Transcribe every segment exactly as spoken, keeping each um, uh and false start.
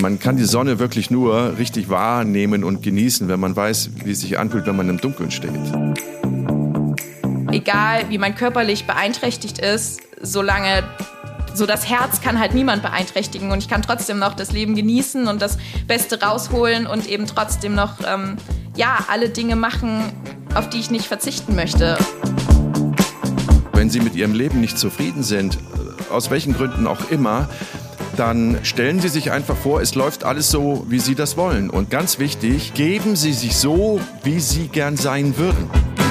Man kann die Sonne wirklich nur richtig wahrnehmen und genießen, wenn man weiß, wie es sich anfühlt, wenn man im Dunkeln steht. Egal, wie man körperlich beeinträchtigt ist, solange so das Herz kann halt niemand beeinträchtigen und ich kann trotzdem noch das Leben genießen und das Beste rausholen und eben trotzdem noch ähm, ja, alle Dinge machen, auf die ich nicht verzichten möchte. Wenn Sie mit Ihrem Leben nicht zufrieden sind, aus welchen Gründen auch immer, dann stellen Sie sich einfach vor, es läuft alles so, wie Sie das wollen. Und ganz wichtig, geben Sie sich so, wie Sie gern sein würden.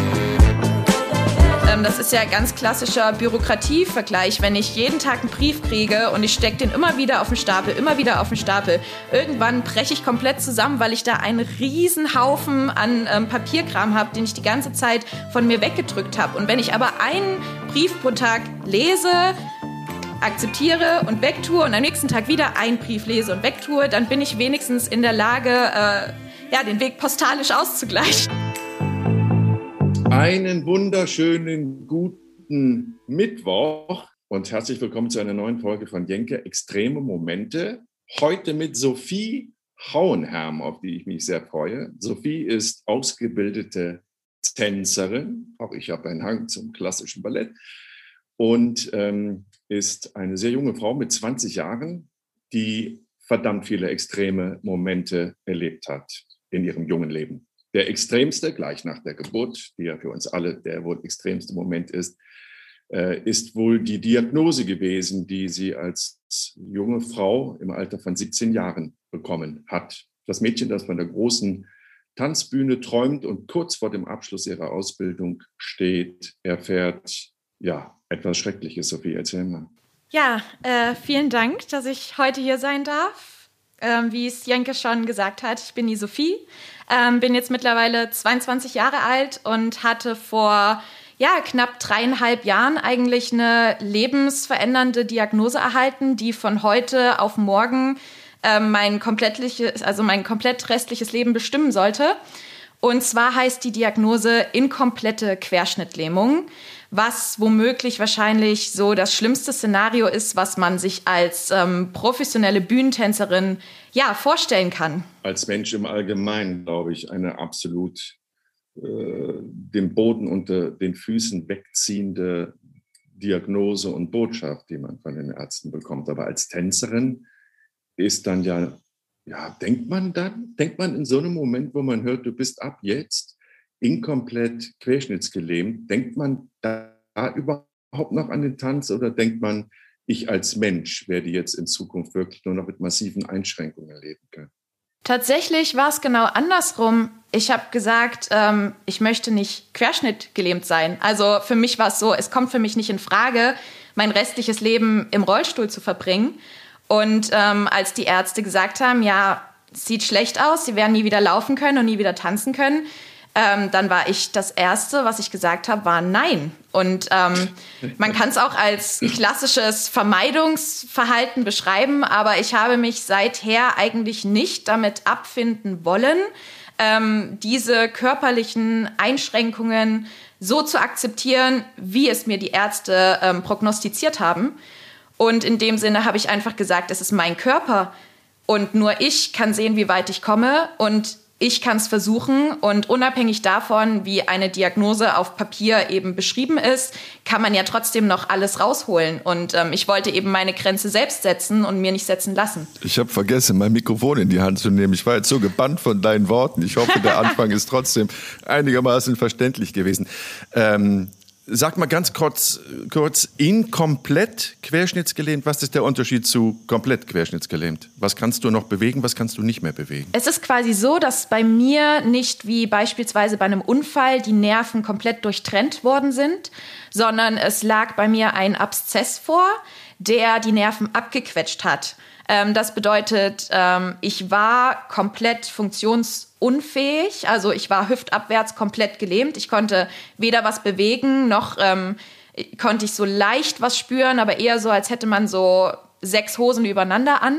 Das ist ja ein ganz klassischer Bürokratievergleich, wenn ich jeden Tag einen Brief kriege und ich stecke den immer wieder auf den Stapel, immer wieder auf den Stapel. Irgendwann breche ich komplett zusammen, weil ich da einen riesen Haufen an ähm, Papierkram habe, den ich die ganze Zeit von mir weggedrückt habe. Und wenn ich aber einen Brief pro Tag lese, akzeptiere und wegtue und am nächsten Tag wieder einen Brief lese und wegtue, dann bin ich wenigstens in der Lage, äh, ja, den Weg postalisch auszugleichen. Einen wunderschönen guten Mittwoch und herzlich willkommen zu einer neuen Folge von Jenke Extreme Momente. Heute mit Sophie Hauenherm, auf die ich mich sehr freue. Sophie ist ausgebildete Tänzerin, auch ich habe einen Hang zum klassischen Ballett und ähm, ist eine sehr junge Frau mit zwanzig Jahren, die verdammt viele extreme Momente erlebt hat in ihrem jungen Leben. Der extremste, gleich nach der Geburt, die ja für uns alle der wohl extremste Moment ist, äh, ist wohl die Diagnose gewesen, die sie als junge Frau im Alter von siebzehn Jahren bekommen hat. Das Mädchen, das von der großen Tanzbühne träumt und kurz vor dem Abschluss ihrer Ausbildung steht, erfährt, ja, etwas Schreckliches. Sophie, erzähl mal. Ja, äh, vielen Dank, dass ich heute hier sein darf. Ähm, wie es Jenke schon gesagt hat, ich bin die Sophie. Ähm, bin jetzt mittlerweile zweiundzwanzig Jahre alt und hatte vor ja, knapp dreieinhalb Jahren eigentlich eine lebensverändernde Diagnose erhalten, die von heute auf morgen ähm, mein komplettliches, also mein komplett restliches Leben bestimmen sollte. Und zwar heißt die Diagnose inkomplette Querschnittlähmung, was womöglich wahrscheinlich so das schlimmste Szenario ist, was man sich als ähm, professionelle Bühnentänzerin ja, vorstellen kann. Als Mensch im Allgemeinen, glaube ich, eine absolut äh, den Boden unter den Füßen wegziehende Diagnose und Botschaft, die man von den Ärzten bekommt. Aber als Tänzerin ist dann ja, ja, denkt man dann, denkt man in so einem Moment, wo man hört, du bist ab jetzt inkomplett querschnittsgelähmt, denkt man da überhaupt noch an den Tanz oder denkt man, ich als Mensch werde jetzt in Zukunft wirklich nur noch mit massiven Einschränkungen leben können? Tatsächlich war es genau andersrum. Ich habe gesagt, ähm, ich möchte nicht querschnittgelähmt sein. Also für mich war es so, es kommt für mich nicht in Frage, mein restliches Leben im Rollstuhl zu verbringen. Und ähm, als die Ärzte gesagt haben, ja, sieht schlecht aus, sie werden nie wieder laufen können und nie wieder tanzen können, ähm, dann war ich das Erste, was ich gesagt habe, war nein. Und ähm, man kann es auch als klassisches Vermeidungsverhalten beschreiben, aber ich habe mich seither eigentlich nicht damit abfinden wollen, ähm, diese körperlichen Einschränkungen so zu akzeptieren, wie es mir die Ärzte ähm, prognostiziert haben. Und in dem Sinne habe ich einfach gesagt, es ist mein Körper und nur ich kann sehen, wie weit ich komme und ich kann es versuchen und unabhängig davon, wie eine Diagnose auf Papier eben beschrieben ist, kann man ja trotzdem noch alles rausholen. Und ähm, ich wollte eben meine Grenze selbst setzen und mir nicht setzen lassen. Ich habe vergessen, mein Mikrofon in die Hand zu nehmen. Ich war jetzt so gebannt von deinen Worten. Ich hoffe, der Anfang ist trotzdem einigermaßen verständlich gewesen. Ähm, Sag mal ganz kurz, kurz, inkomplett querschnittsgelähmt, was ist der Unterschied zu komplett querschnittsgelähmt? Was kannst du noch bewegen, was kannst du nicht mehr bewegen? Es ist quasi so, dass bei mir nicht wie beispielsweise bei einem Unfall die Nerven komplett durchtrennt worden sind, sondern es lag bei mir ein Abszess vor, der die Nerven abgequetscht hat. Ähm, das bedeutet, ähm, ich war komplett funktionsunfähig, also ich war hüftabwärts komplett gelähmt. Ich konnte weder was bewegen, noch ähm, konnte ich so leicht was spüren, aber eher so, als hätte man so sechs Hosen übereinander an.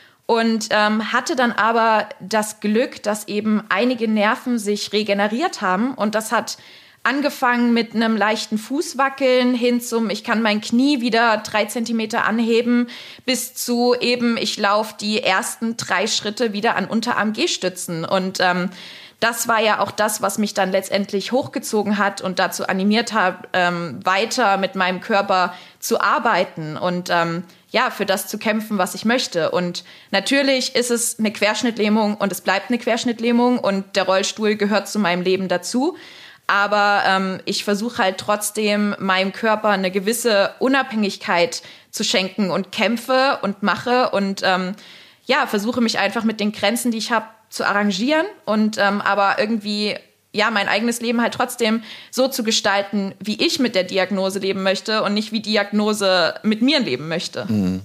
Und ähm, hatte dann aber das Glück, dass eben einige Nerven sich regeneriert haben und das hat angefangen mit einem leichten Fußwackeln hin zum, ich kann mein Knie wieder drei Zentimeter anheben, bis zu eben, ich laufe die ersten drei Schritte wieder an Unterarm-Gehstützen. Und ähm, das war ja auch das, was mich dann letztendlich hochgezogen hat und dazu animiert hat, ähm, weiter mit meinem Körper zu arbeiten und ähm, ja, für das zu kämpfen, was ich möchte. Und natürlich ist es eine Querschnittlähmung und es bleibt eine Querschnittlähmung und der Rollstuhl gehört zu meinem Leben dazu. Aber ähm, ich versuche halt trotzdem, meinem Körper eine gewisse Unabhängigkeit zu schenken und kämpfe und mache und ähm, ja, versuche mich einfach mit den Grenzen, die ich habe, zu arrangieren und ähm, aber irgendwie ja mein eigenes Leben halt trotzdem so zu gestalten, wie ich mit der Diagnose leben möchte und nicht wie Diagnose mit mir leben möchte. Mhm.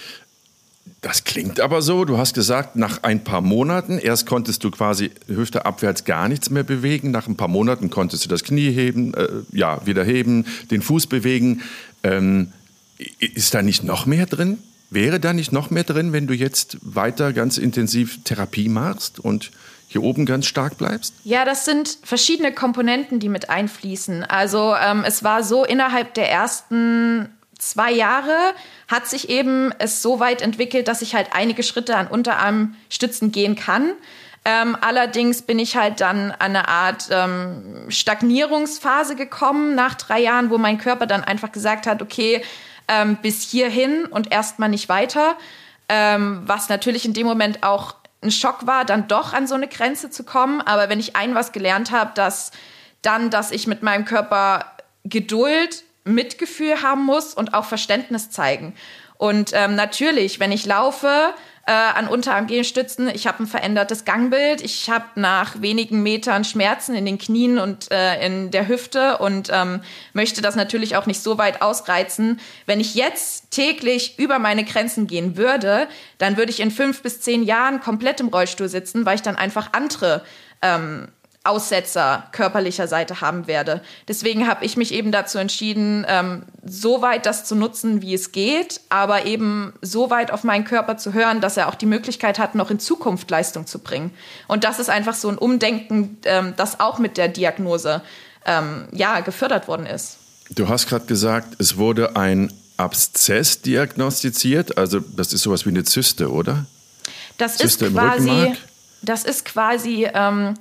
Das klingt aber so, du hast gesagt, nach ein paar Monaten, erst konntest du quasi Hüfte abwärts gar nichts mehr bewegen, nach ein paar Monaten konntest du das Knie heben, äh, ja, wieder heben, den Fuß bewegen. Ähm, ist da nicht noch mehr drin? Wäre da nicht noch mehr drin, wenn du jetzt weiter ganz intensiv Therapie machst und hier oben ganz stark bleibst? Ja, das sind verschiedene Komponenten, die mit einfließen. Also ähm, es war so, innerhalb der ersten zwei Jahre hat sich eben es so weit entwickelt, dass ich halt einige Schritte an Unterarmstützen gehen kann. Ähm, allerdings bin ich halt dann an eine Art ähm, Stagnierungsphase gekommen nach drei Jahren, wo mein Körper dann einfach gesagt hat, okay, ähm, bis hierhin und erstmal nicht weiter. Ähm, was natürlich in dem Moment auch ein Schock war, dann doch an so eine Grenze zu kommen. Aber wenn ich ein was gelernt habe, dass dann, dass ich mit meinem Körper Geduld, Mitgefühl haben muss und auch Verständnis zeigen. Und ähm, natürlich, wenn ich laufe, äh, an Unterarm-Gehstützen, ich habe ein verändertes Gangbild, ich habe nach wenigen Metern Schmerzen in den Knien und äh, in der Hüfte und ähm, möchte das natürlich auch nicht so weit ausreizen. Wenn ich jetzt täglich über meine Grenzen gehen würde, dann würde ich in fünf bis zehn Jahren komplett im Rollstuhl sitzen, weil ich dann einfach andere ähm, Aussetzer körperlicher Seite haben werde. Deswegen habe ich mich eben dazu entschieden, ähm, so weit das zu nutzen, wie es geht, aber eben so weit auf meinen Körper zu hören, dass er auch die Möglichkeit hat, noch in Zukunft Leistung zu bringen. Und das ist einfach so ein Umdenken, ähm, das auch mit der Diagnose ähm, ja, gefördert worden ist. Du hast gerade gesagt, es wurde ein Abszess diagnostiziert, also das ist sowas wie eine Zyste, oder? Das Zyste ist quasi, das ist quasi ähm,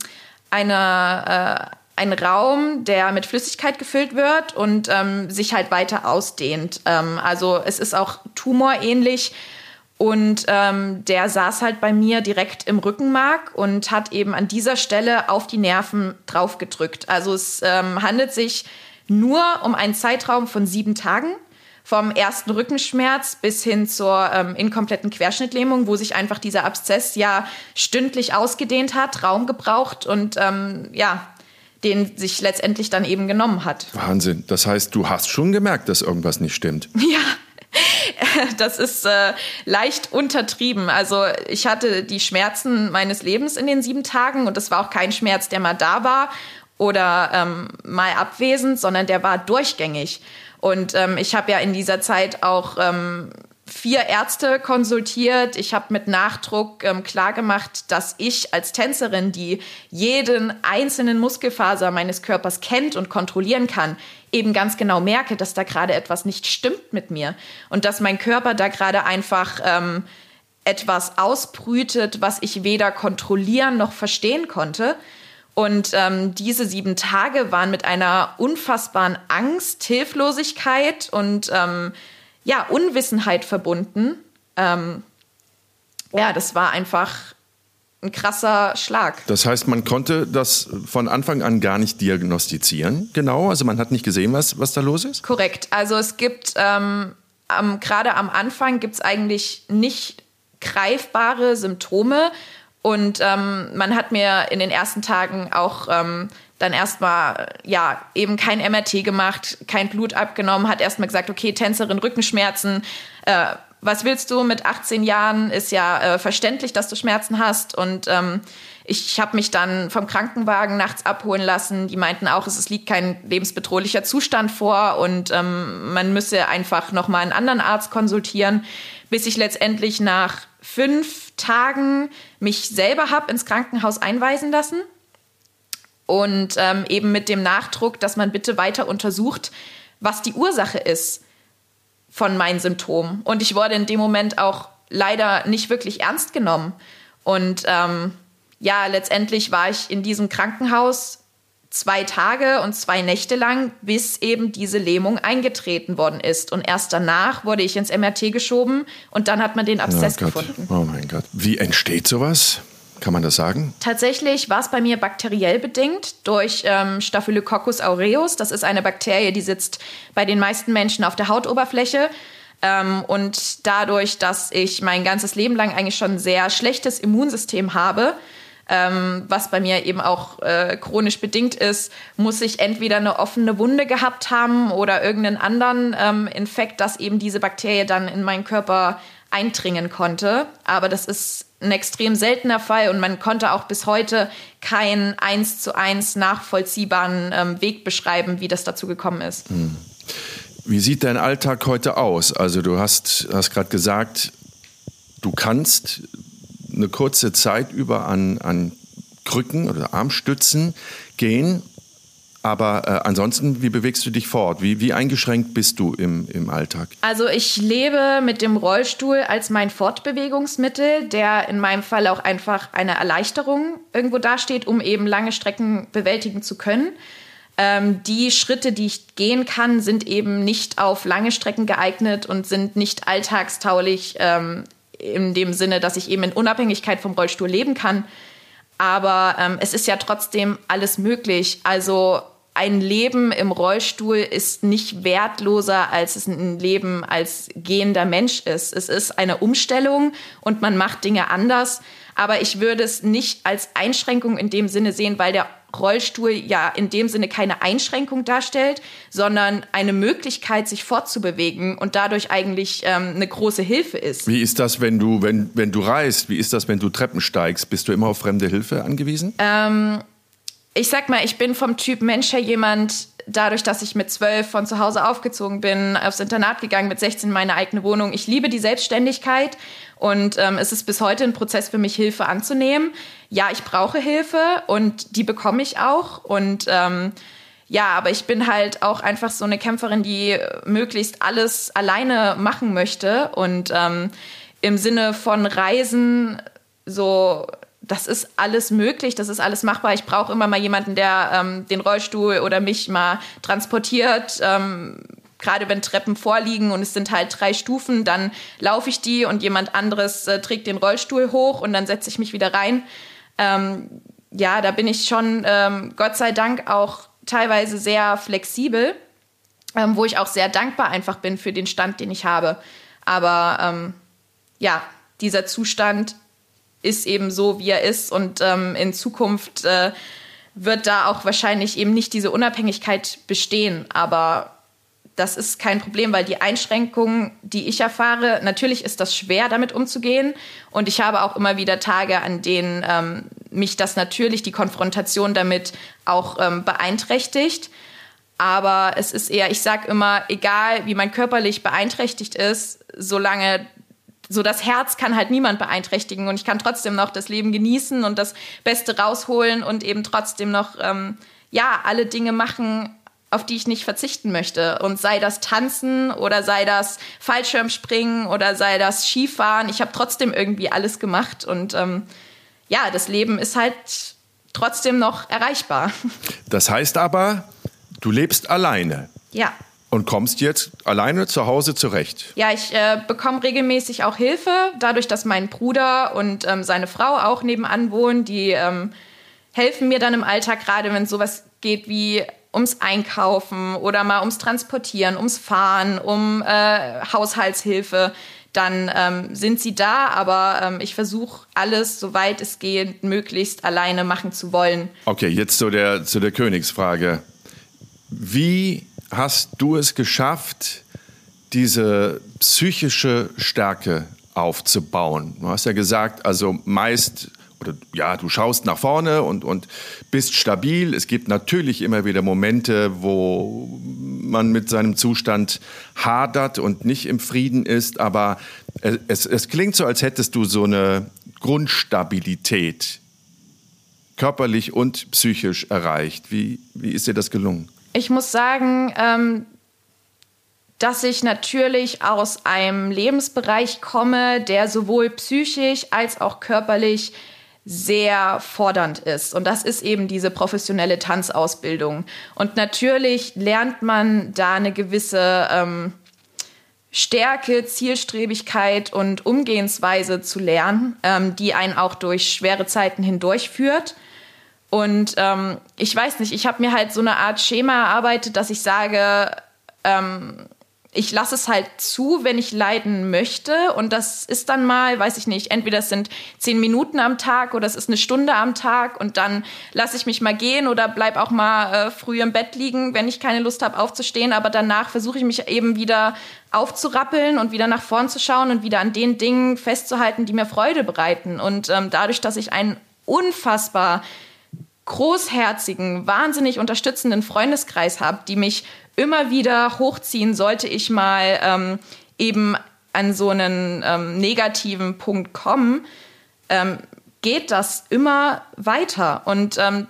Eine, äh, ein Raum, der mit Flüssigkeit gefüllt wird und ähm, sich halt weiter ausdehnt. Ähm, also es ist auch tumorähnlich und ähm, der saß halt bei mir direkt im Rückenmark und hat eben an dieser Stelle auf die Nerven draufgedrückt. Also es ähm, handelt sich nur um einen Zeitraum von sieben Tagen. Vom ersten Rückenschmerz bis hin zur ähm, inkompletten Querschnittlähmung, wo sich einfach dieser Abszess ja stündlich ausgedehnt hat, Raum gebraucht und ähm, ja, den sich letztendlich dann eben genommen hat. Wahnsinn. Das heißt, du hast schon gemerkt, dass irgendwas nicht stimmt. Ja, das ist äh, leicht untertrieben. Also ich hatte die Schmerzen meines Lebens in den sieben Tagen und das war auch kein Schmerz, der mal da war oder ähm, mal abwesend, sondern der war durchgängig. Und ähm, ich habe ja in dieser Zeit auch ähm, vier Ärzte konsultiert. Ich habe mit Nachdruck ähm, klargemacht, dass ich als Tänzerin, die jeden einzelnen Muskelfaser meines Körpers kennt und kontrollieren kann, eben ganz genau merke, dass da gerade etwas nicht stimmt mit mir. Und dass mein Körper da gerade einfach ähm, etwas ausbrütet, was ich weder kontrollieren noch verstehen konnte. Und ähm, diese sieben Tage waren mit einer unfassbaren Angst, Hilflosigkeit und ähm, ja, Unwissenheit verbunden. Ähm, ja, das war einfach ein krasser Schlag. Das heißt, man konnte das von Anfang an gar nicht diagnostizieren, genau? Also man hat nicht gesehen, was, was da los ist? Korrekt. Also es gibt, ähm, am, gerade am Anfang gibt es eigentlich nicht greifbare Symptome. Und ähm, man hat mir in den ersten Tagen auch ähm, dann erstmal ja eben kein M R T gemacht, kein Blut abgenommen, hat erstmal gesagt, okay, Tänzerin, Rückenschmerzen, äh, was willst du mit achtzehn Jahren? Ist ja äh, verständlich, dass du Schmerzen hast. Und ähm, ich habe mich dann vom Krankenwagen nachts abholen lassen. Die meinten auch, es, es liegt kein lebensbedrohlicher Zustand vor und ähm, man müsse einfach nochmal einen anderen Arzt konsultieren, bis ich letztendlich nach fünf Tagen mich selber habe ins Krankenhaus einweisen lassen. Und ähm, eben mit dem Nachdruck, dass man bitte weiter untersucht, was die Ursache ist von meinen Symptomen. Und ich wurde in dem Moment auch leider nicht wirklich ernst genommen. Und ähm, ja, letztendlich war ich in diesem Krankenhaus zwei Tage und zwei Nächte lang, bis eben diese Lähmung eingetreten worden ist. Und erst danach wurde ich ins M R T geschoben und dann hat man den Abszess oh gefunden. Oh mein Gott. Wie entsteht sowas? Kann man das sagen? Tatsächlich war es bei mir bakteriell bedingt durch ähm, Staphylococcus aureus. Das ist eine Bakterie, die sitzt bei den meisten Menschen auf der Hautoberfläche. Ähm, und dadurch, dass ich mein ganzes Leben lang eigentlich schon ein sehr schlechtes Immunsystem habe, ähm, was bei mir eben auch äh, chronisch bedingt ist, muss ich entweder eine offene Wunde gehabt haben oder irgendeinen anderen ähm, Infekt, dass eben diese Bakterie dann in meinen Körper eindringen konnte. Aber das ist ein extrem seltener Fall und man konnte auch bis heute keinen eins zu eins nachvollziehbaren ähm, Weg beschreiben, wie das dazu gekommen ist. Hm. Wie sieht dein Alltag heute aus? Also du hast, hast gerade gesagt, du kannst eine kurze Zeit über an, an Krücken oder Armstützen gehen, aber äh, ansonsten, wie bewegst du dich fort? Wie, wie eingeschränkt bist du im, im Alltag? Also ich lebe mit dem Rollstuhl als mein Fortbewegungsmittel, der in meinem Fall auch einfach eine Erleichterung irgendwo dasteht, um eben lange Strecken bewältigen zu können. Ähm, die Schritte, die ich gehen kann, sind eben nicht auf lange Strecken geeignet und sind nicht alltagstaulich ähm, in dem Sinne, dass ich eben in Unabhängigkeit vom Rollstuhl leben kann. Aber ähm, es ist ja trotzdem alles möglich. Also ein Leben im Rollstuhl ist nicht wertloser, als es ein Leben als gehender Mensch ist. Es ist eine Umstellung und man macht Dinge anders. Aber ich würde es nicht als Einschränkung in dem Sinne sehen, weil der Rollstuhl ja in dem Sinne keine Einschränkung darstellt, sondern eine Möglichkeit, sich fortzubewegen und dadurch eigentlich ähm, eine große Hilfe ist. Wie ist das, wenn du, wenn, wenn du reist? Wie ist das, wenn du Treppen steigst? Bist du immer auf fremde Hilfe angewiesen? Ähm, ich sag mal, ich bin vom Typ Mensch her jemand, dadurch, dass ich mit zwölf von zu Hause aufgezogen bin, aufs Internat gegangen, mit sechzehn meine eigene Wohnung. Ich liebe die Selbstständigkeit und ähm, es ist bis heute ein Prozess für mich, Hilfe anzunehmen. Ja, ich brauche Hilfe und die bekomme ich auch. Und ähm, ja, aber ich bin halt auch einfach so eine Kämpferin, die möglichst alles alleine machen möchte. Und ähm, im Sinne von Reisen so... Das ist alles möglich, das ist alles machbar. Ich brauche immer mal jemanden, der ähm, den Rollstuhl oder mich mal transportiert. Ähm, gerade wenn Treppen vorliegen und es sind halt drei Stufen, dann laufe ich die und jemand anderes äh, trägt den Rollstuhl hoch und dann setze ich mich wieder rein. Ähm, ja, da bin ich schon, ähm, Gott sei Dank, auch teilweise sehr flexibel, ähm, wo ich auch sehr dankbar einfach bin für den Stand, den ich habe. Aber ähm, ja, dieser Zustand ist eben so, wie er ist und ähm, in Zukunft äh, wird da auch wahrscheinlich eben nicht diese Unabhängigkeit bestehen, aber das ist kein Problem, weil die Einschränkungen, die ich erfahre, natürlich ist das schwer, damit umzugehen und ich habe auch immer wieder Tage, an denen ähm, mich das natürlich, die Konfrontation damit auch ähm, beeinträchtigt, aber es ist eher, ich sage immer, egal wie man körperlich beeinträchtigt ist, solange so das Herz kann halt niemand beeinträchtigen und ich kann trotzdem noch das Leben genießen und das Beste rausholen und eben trotzdem noch ähm, ja alle Dinge machen, auf die ich nicht verzichten möchte. Und sei das Tanzen oder sei das Fallschirmspringen oder sei das Skifahren, ich habe trotzdem irgendwie alles gemacht und ähm, ja, das Leben ist halt trotzdem noch erreichbar. Das heißt aber, du lebst alleine. Ja. Und kommst jetzt alleine zu Hause zurecht? Ja, ich äh, bekomme regelmäßig auch Hilfe, dadurch, dass mein Bruder und ähm, seine Frau auch nebenan wohnen. Die ähm, helfen mir dann im Alltag, gerade wenn es sowas geht wie ums Einkaufen oder mal ums Transportieren, ums Fahren, um äh, Haushaltshilfe. Dann ähm, sind sie da, aber ähm, ich versuche alles, soweit es geht, möglichst alleine machen zu wollen. Okay, jetzt zu der, zu der Königsfrage. Wie hast du es geschafft, diese psychische Stärke aufzubauen? Du hast ja gesagt, also meist, oder ja, du schaust nach vorne und, und bist stabil. Es gibt natürlich immer wieder Momente, wo man mit seinem Zustand hadert und nicht im Frieden ist, aber es, es klingt so, als hättest du so eine Grundstabilität. körperlich und psychisch erreicht. Wie, wie ist dir das gelungen? Ich muss sagen, ähm, dass ich natürlich aus einem Lebensbereich komme, der sowohl psychisch als auch körperlich sehr fordernd ist. Und das ist eben diese professionelle Tanzausbildung. Und natürlich lernt man da eine gewisse ähm, Stärke, Zielstrebigkeit und Umgehensweise zu lernen, ähm, die einen auch durch schwere Zeiten hindurchführt. Und ähm, ich weiß nicht, ich habe mir halt so eine Art Schema erarbeitet, dass ich sage, ähm, ich lasse es halt zu, wenn ich leiden möchte. Und das ist dann mal, weiß ich nicht, entweder es sind zehn Minuten am Tag oder es ist eine Stunde am Tag. Und dann lasse ich mich mal gehen oder bleib auch mal äh, früh im Bett liegen, wenn ich keine Lust habe aufzustehen. Aber danach versuche ich mich eben wieder aufzurappeln und wieder nach vorn zu schauen und wieder an den Dingen festzuhalten, die mir Freude bereiten. Und ähm, dadurch, dass ich einen unfassbar großherzigen, wahnsinnig unterstützenden Freundeskreis habe, die mich immer wieder hochziehen, sollte ich mal ähm, eben an so einen ähm, negativen Punkt kommen, ähm, geht das immer weiter. Und ähm,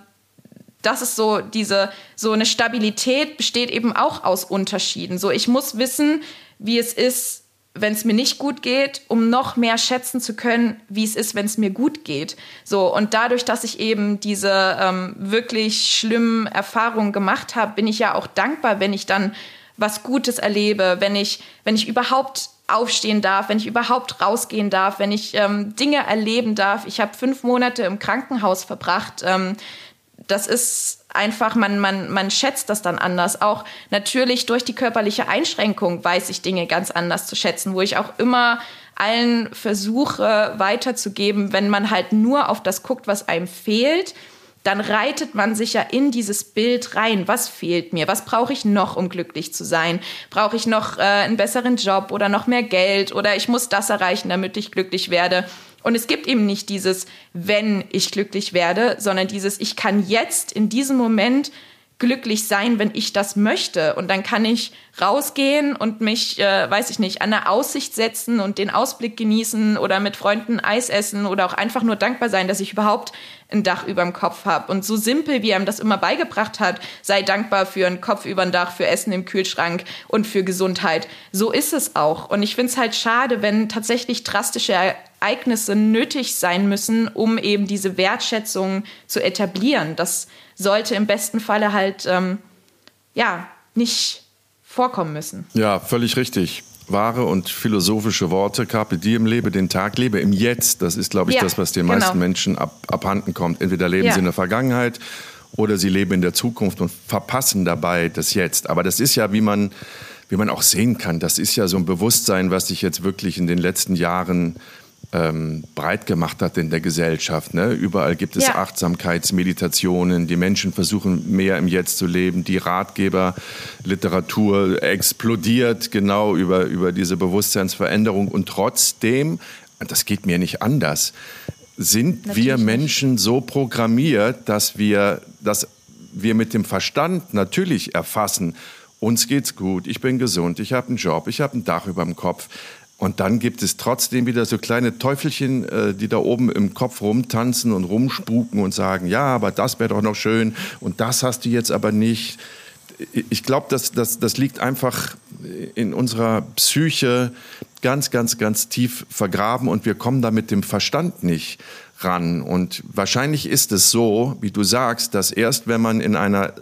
das ist so, diese, so eine Stabilität besteht eben auch aus Unterschieden. So, ich muss wissen, wie es ist, wenn es mir nicht gut geht, um noch mehr schätzen zu können, wie es ist, wenn es mir gut geht. So, und dadurch, dass ich eben diese ähm, wirklich schlimmen Erfahrungen gemacht habe, bin ich ja auch dankbar, wenn ich dann was Gutes erlebe, wenn ich, wenn ich überhaupt aufstehen darf, wenn ich überhaupt rausgehen darf, wenn ich ähm, Dinge erleben darf. Ich habe fünf Monate im Krankenhaus verbracht. Ähm, das ist einfach, man, man, man schätzt das dann anders. Auch natürlich durch die körperliche Einschränkung weiß ich Dinge ganz anders zu schätzen, wo ich auch immer allen versuche weiterzugeben, wenn man halt nur auf das guckt, was einem fehlt, dann reitet man sich ja in dieses Bild rein. Was fehlt mir? Was brauche ich noch, um glücklich zu sein? Brauche ich noch äh, einen besseren Job oder noch mehr Geld? Oder ich muss das erreichen, damit ich glücklich werde. Und es gibt eben nicht dieses, wenn ich glücklich werde, sondern dieses, ich kann jetzt in diesem Moment glücklich sein, wenn ich das möchte. Und dann kann ich rausgehen und mich, äh, weiß ich nicht, an eine Aussicht setzen und den Ausblick genießen oder mit Freunden Eis essen oder auch einfach nur dankbar sein, dass ich überhaupt ein Dach über dem Kopf habe. Und so simpel, wie er ihm das immer beigebracht hat, sei dankbar für einen Kopf über dem Dach, für Essen im Kühlschrank und für Gesundheit. So ist es auch. Und ich finde es halt schade, wenn tatsächlich drastische Ereignisse nötig sein müssen, um eben diese Wertschätzung zu etablieren. Das sollte im besten Falle halt ähm, ja nicht vorkommen müssen. Ja, völlig richtig. Wahre und philosophische Worte. Carpe diem, lebe den Tag, lebe im Jetzt. Das ist, glaube ich, ja, das, was den genau. meisten Menschen ab, abhanden kommt. Entweder leben ja. sie in der Vergangenheit oder sie leben in der Zukunft und verpassen dabei das Jetzt. Aber das ist ja, wie man, wie man auch sehen kann, das ist ja so ein Bewusstsein, was sich jetzt wirklich in den letzten Jahren ähm, breit gemacht hat in der Gesellschaft. Ne? Überall gibt es ja. Achtsamkeitsmeditationen. Die Menschen versuchen, mehr im Jetzt zu leben. Die Ratgeberliteratur explodiert genau über, über diese Bewusstseinsveränderung. Und trotzdem, das geht mir nicht anders, sind natürlich wir Menschen nicht so programmiert, dass wir, dass wir mit dem Verstand natürlich erfassen, uns geht's gut, ich bin gesund, ich habe einen Job, ich habe ein Dach über dem Kopf. Und dann gibt es trotzdem wieder so kleine Teufelchen, die da oben im Kopf rumtanzen und rumspuken und sagen, ja, aber das wäre doch noch schön und das hast du jetzt aber nicht. Ich glaube, das, das, das liegt einfach in unserer Psyche ganz, ganz, ganz tief vergraben und wir kommen da mit dem Verstand nicht ran. Und wahrscheinlich ist es so, wie du sagst, dass erst wenn man in einer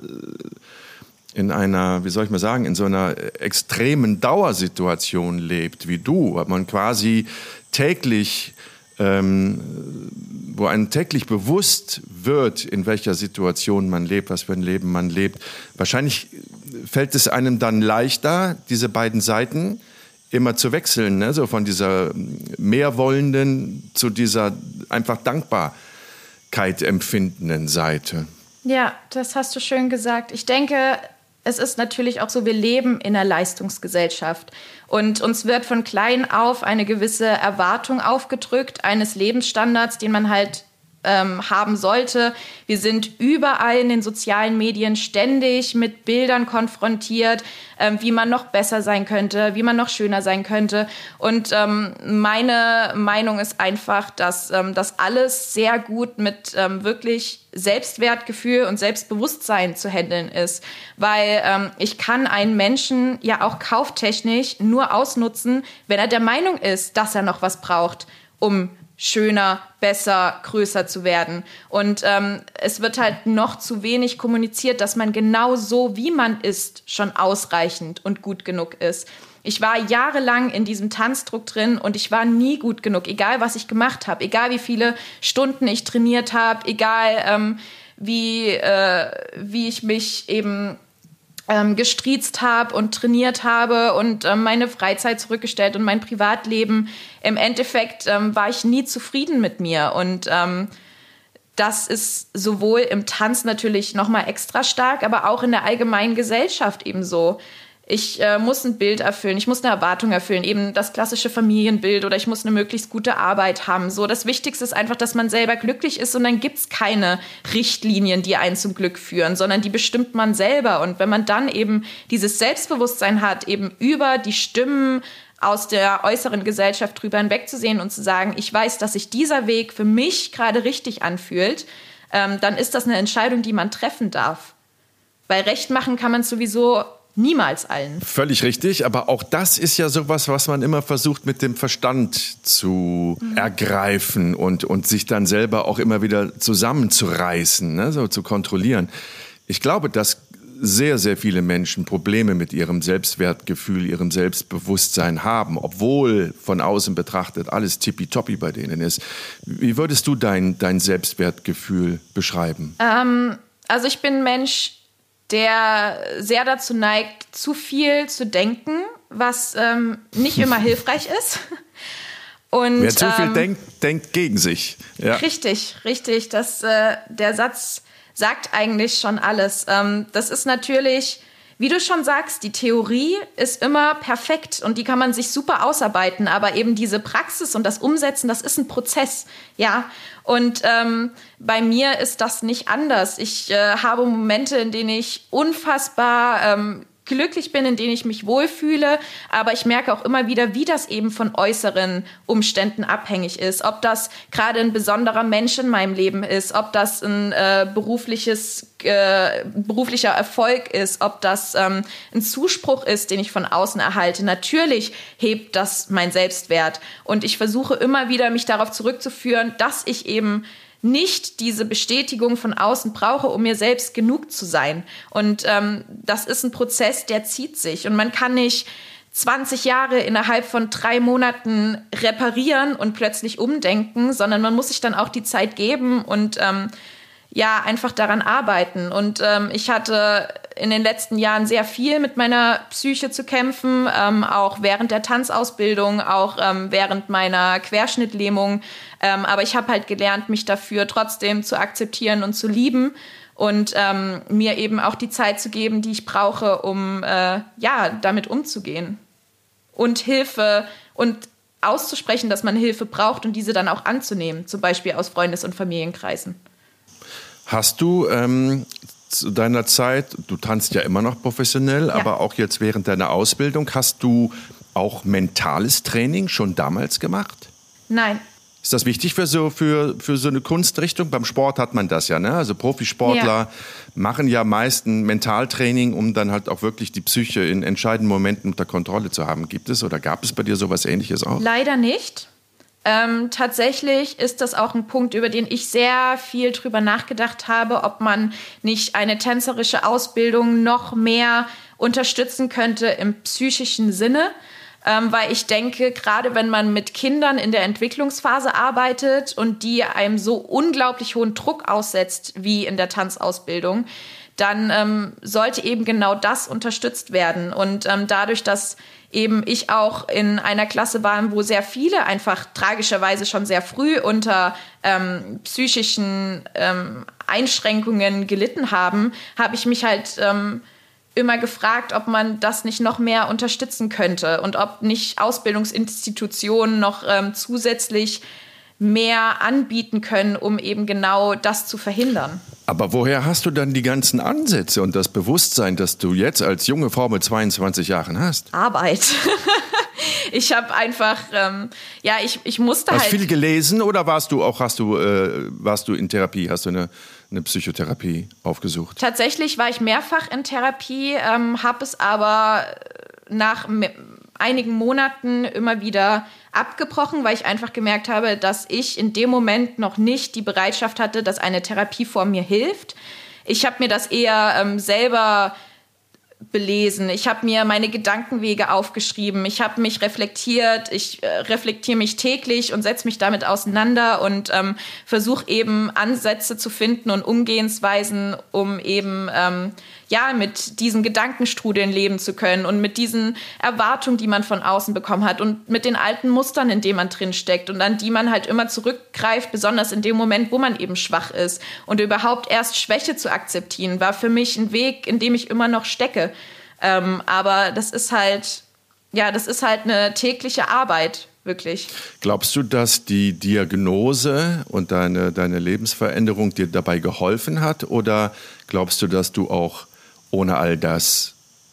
in einer, wie soll ich mal sagen, in so einer extremen Dauersituation lebt, wie du, wo man quasi täglich, ähm, wo einem täglich bewusst wird, in welcher Situation man lebt, was für ein Leben man lebt. Wahrscheinlich fällt es einem dann leichter, diese beiden Seiten immer zu wechseln, ne? So von dieser mehrwollenden zu dieser einfach Dankbarkeit empfindenden Seite. Ja, das hast du schön gesagt. Ich denke, es ist natürlich auch so, wir leben in einer Leistungsgesellschaft und uns wird von klein auf eine gewisse Erwartung aufgedrückt, eines Lebensstandards, den man halt ähm, haben sollte. Wir sind überall in den sozialen Medien ständig mit Bildern konfrontiert, ähm, wie man noch besser sein könnte, wie man noch schöner sein könnte. Und ähm, meine Meinung ist einfach, dass ähm, das alles sehr gut mit ähm, wirklich Selbstwertgefühl und Selbstbewusstsein zu handeln ist. Weil ähm, ich kann einen Menschen ja auch kauftechnisch nur ausnutzen, wenn er der Meinung ist, dass er noch was braucht, um schöner, besser, größer zu werden. Und ähm, es wird halt noch zu wenig kommuniziert, dass man genau so, wie man ist, schon ausreichend und gut genug ist. Ich war jahrelang in diesem Tanzdruck drin und ich war nie gut genug, egal was ich gemacht habe, egal wie viele Stunden ich trainiert habe, egal ähm, wie, äh, wie ich mich eben ähm, gestriezt habe und trainiert habe und ähm, meine Freizeit zurückgestellt und mein Privatleben. Im Endeffekt ähm, war ich nie zufrieden mit mir und ähm, das ist sowohl im Tanz natürlich nochmal extra stark, aber auch in der allgemeinen Gesellschaft ebenso. Ich äh, muss ein Bild erfüllen, ich muss eine Erwartung erfüllen, eben das klassische Familienbild oder ich muss eine möglichst gute Arbeit haben. So, das Wichtigste ist einfach, dass man selber glücklich ist und dann gibt's keine Richtlinien, die einen zum Glück führen, sondern die bestimmt man selber. Und wenn man dann eben dieses Selbstbewusstsein hat, eben über die Stimmen aus der äußeren Gesellschaft drüber hinwegzusehen und zu sagen, ich weiß, dass sich dieser Weg für mich gerade richtig anfühlt, ähm, dann ist das eine Entscheidung, die man treffen darf. Weil Recht machen kann man sowieso niemals allen. Völlig richtig, aber auch das ist ja sowas, was man immer versucht mit dem Verstand zu mhm. ergreifen und, und sich dann selber auch immer wieder zusammenzureißen, ne, so zu kontrollieren. Ich glaube, dass sehr, sehr viele Menschen Probleme mit ihrem Selbstwertgefühl, ihrem Selbstbewusstsein haben, obwohl von außen betrachtet alles tippitoppi bei denen ist. Wie würdest du dein, dein Selbstwertgefühl beschreiben? Ähm, also ich bin ein Mensch, der sehr dazu neigt, zu viel zu denken, was ähm, nicht immer hilfreich ist. Und, wer zu viel ähm, denkt, denkt gegen sich. Ja. Richtig, richtig. Das, äh, der Satz sagt eigentlich schon alles. Ähm, das ist natürlich, wie du schon sagst, die Theorie ist immer perfekt und die kann man sich super ausarbeiten, aber eben diese Praxis und das Umsetzen, das ist ein Prozess, ja. Und ähm, bei mir ist das nicht anders. Ich äh, habe Momente, in denen ich unfassbar ähm, glücklich bin, in denen ich mich wohlfühle, aber ich merke auch immer wieder, wie das eben von äußeren Umständen abhängig ist. Ob das gerade ein besonderer Mensch in meinem Leben ist, ob das ein äh, berufliches, äh, beruflicher Erfolg ist, ob das ähm, ein Zuspruch ist, den ich von außen erhalte. Natürlich hebt das mein Selbstwert und ich versuche immer wieder, mich darauf zurückzuführen, dass ich eben nicht diese Bestätigung von außen brauche, um mir selbst genug zu sein. Und ähm, das ist ein Prozess, der zieht sich. Und man kann nicht zwanzig Jahre innerhalb von drei Monaten reparieren und plötzlich umdenken, sondern man muss sich dann auch die Zeit geben und ähm, ja, einfach daran arbeiten. Und ähm, ich hatte in den letzten Jahren sehr viel mit meiner Psyche zu kämpfen, ähm, auch während der Tanzausbildung, auch ähm, während meiner Querschnittlähmung. Ähm, aber ich habe halt gelernt, mich dafür trotzdem zu akzeptieren und zu lieben und ähm, mir eben auch die Zeit zu geben, die ich brauche, um äh, ja, damit umzugehen. Und Hilfe und auszusprechen, dass man Hilfe braucht und diese dann auch anzunehmen, zum Beispiel aus Freundes- und Familienkreisen. Hast du ähm, zu deiner Zeit, du tanzt ja immer noch professionell, ja. aber auch jetzt während deiner Ausbildung, hast du auch mentales Training schon damals gemacht? Nein. Ist das wichtig für so, für, für so eine Kunstrichtung? Beim Sport hat man das ja, ne? Also Profisportler ja. machen ja meist ein Mentaltraining, um dann halt auch wirklich die Psyche in entscheidenden Momenten unter Kontrolle zu haben. Gibt es oder gab es bei dir sowas Ähnliches auch? Leider nicht. Ähm, tatsächlich ist das auch ein Punkt, über den ich sehr viel drüber nachgedacht habe, ob man nicht eine tänzerische Ausbildung noch mehr unterstützen könnte im psychischen Sinne. Ähm, weil ich denke, gerade wenn man mit Kindern in der Entwicklungsphase arbeitet und die einem so unglaublich hohen Druck aussetzt wie in der Tanzausbildung, dann ähm, sollte eben genau das unterstützt werden. Und ähm, dadurch, dass eben ich auch in einer Klasse war, wo sehr viele einfach tragischerweise schon sehr früh unter ähm, psychischen ähm, Einschränkungen gelitten haben, habe ich mich halt ähm, immer gefragt, ob man das nicht noch mehr unterstützen könnte und ob nicht Ausbildungsinstitutionen noch ähm, zusätzlich mehr anbieten können, um eben genau das zu verhindern. Aber woher hast du dann die ganzen Ansätze und das Bewusstsein, das du jetzt als junge Frau mit zweiundzwanzig Jahren hast? Arbeit. Ich habe einfach, ähm, ja, ich, ich musste hast halt... Hast du viel gelesen oder warst du auch, hast du, äh, warst du in Therapie? Hast du eine, eine Psychotherapie aufgesucht? Tatsächlich war ich mehrfach in Therapie, ähm, habe es aber nach me- einigen Monaten immer wieder abgebrochen, weil ich einfach gemerkt habe, dass ich in dem Moment noch nicht die Bereitschaft hatte, dass eine Therapieform mir hilft. Ich habe mir das eher ähm, selber belesen. Ich habe mir meine Gedankenwege aufgeschrieben. Ich habe mich reflektiert. Ich äh, reflektiere mich täglich und setze mich damit auseinander und ähm, versuche eben Ansätze zu finden und Umgehensweisen, um eben ähm, ja mit diesen Gedankenstrudeln leben zu können und mit diesen Erwartungen, die man von außen bekommen hat und mit den alten Mustern, in denen man drin steckt und an die man halt immer zurückgreift, besonders in dem Moment, wo man eben schwach ist. Und überhaupt erst Schwäche zu akzeptieren, war für mich ein Weg, in dem ich immer noch stecke. Ähm, aber das ist halt, ja, das ist halt eine tägliche Arbeit, wirklich. Glaubst du, dass die Diagnose und deine, deine Lebensveränderung dir dabei geholfen hat? Oder glaubst du, dass du auch ohne all das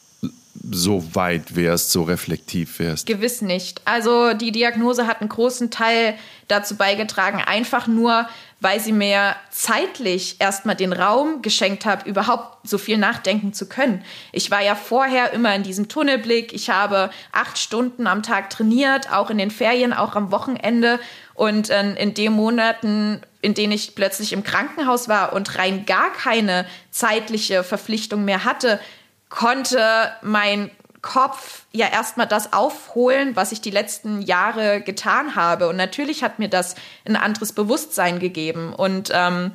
so weit wärst, so reflektiv wärst? Gewiss nicht. Also die Diagnose hat einen großen Teil dazu beigetragen, einfach nur, weil sie mir zeitlich erstmal den Raum geschenkt hat, überhaupt so viel nachdenken zu können. Ich war ja vorher immer in diesem Tunnelblick. Ich habe acht Stunden am Tag trainiert, auch in den Ferien, auch am Wochenende. Und in, in den Monaten, in denen ich plötzlich im Krankenhaus war und rein gar keine zeitliche Verpflichtung mehr hatte, konnte mein Kopf ja erstmal das aufholen, was ich die letzten Jahre getan habe. Und natürlich hat mir das ein anderes Bewusstsein gegeben. Und ähm,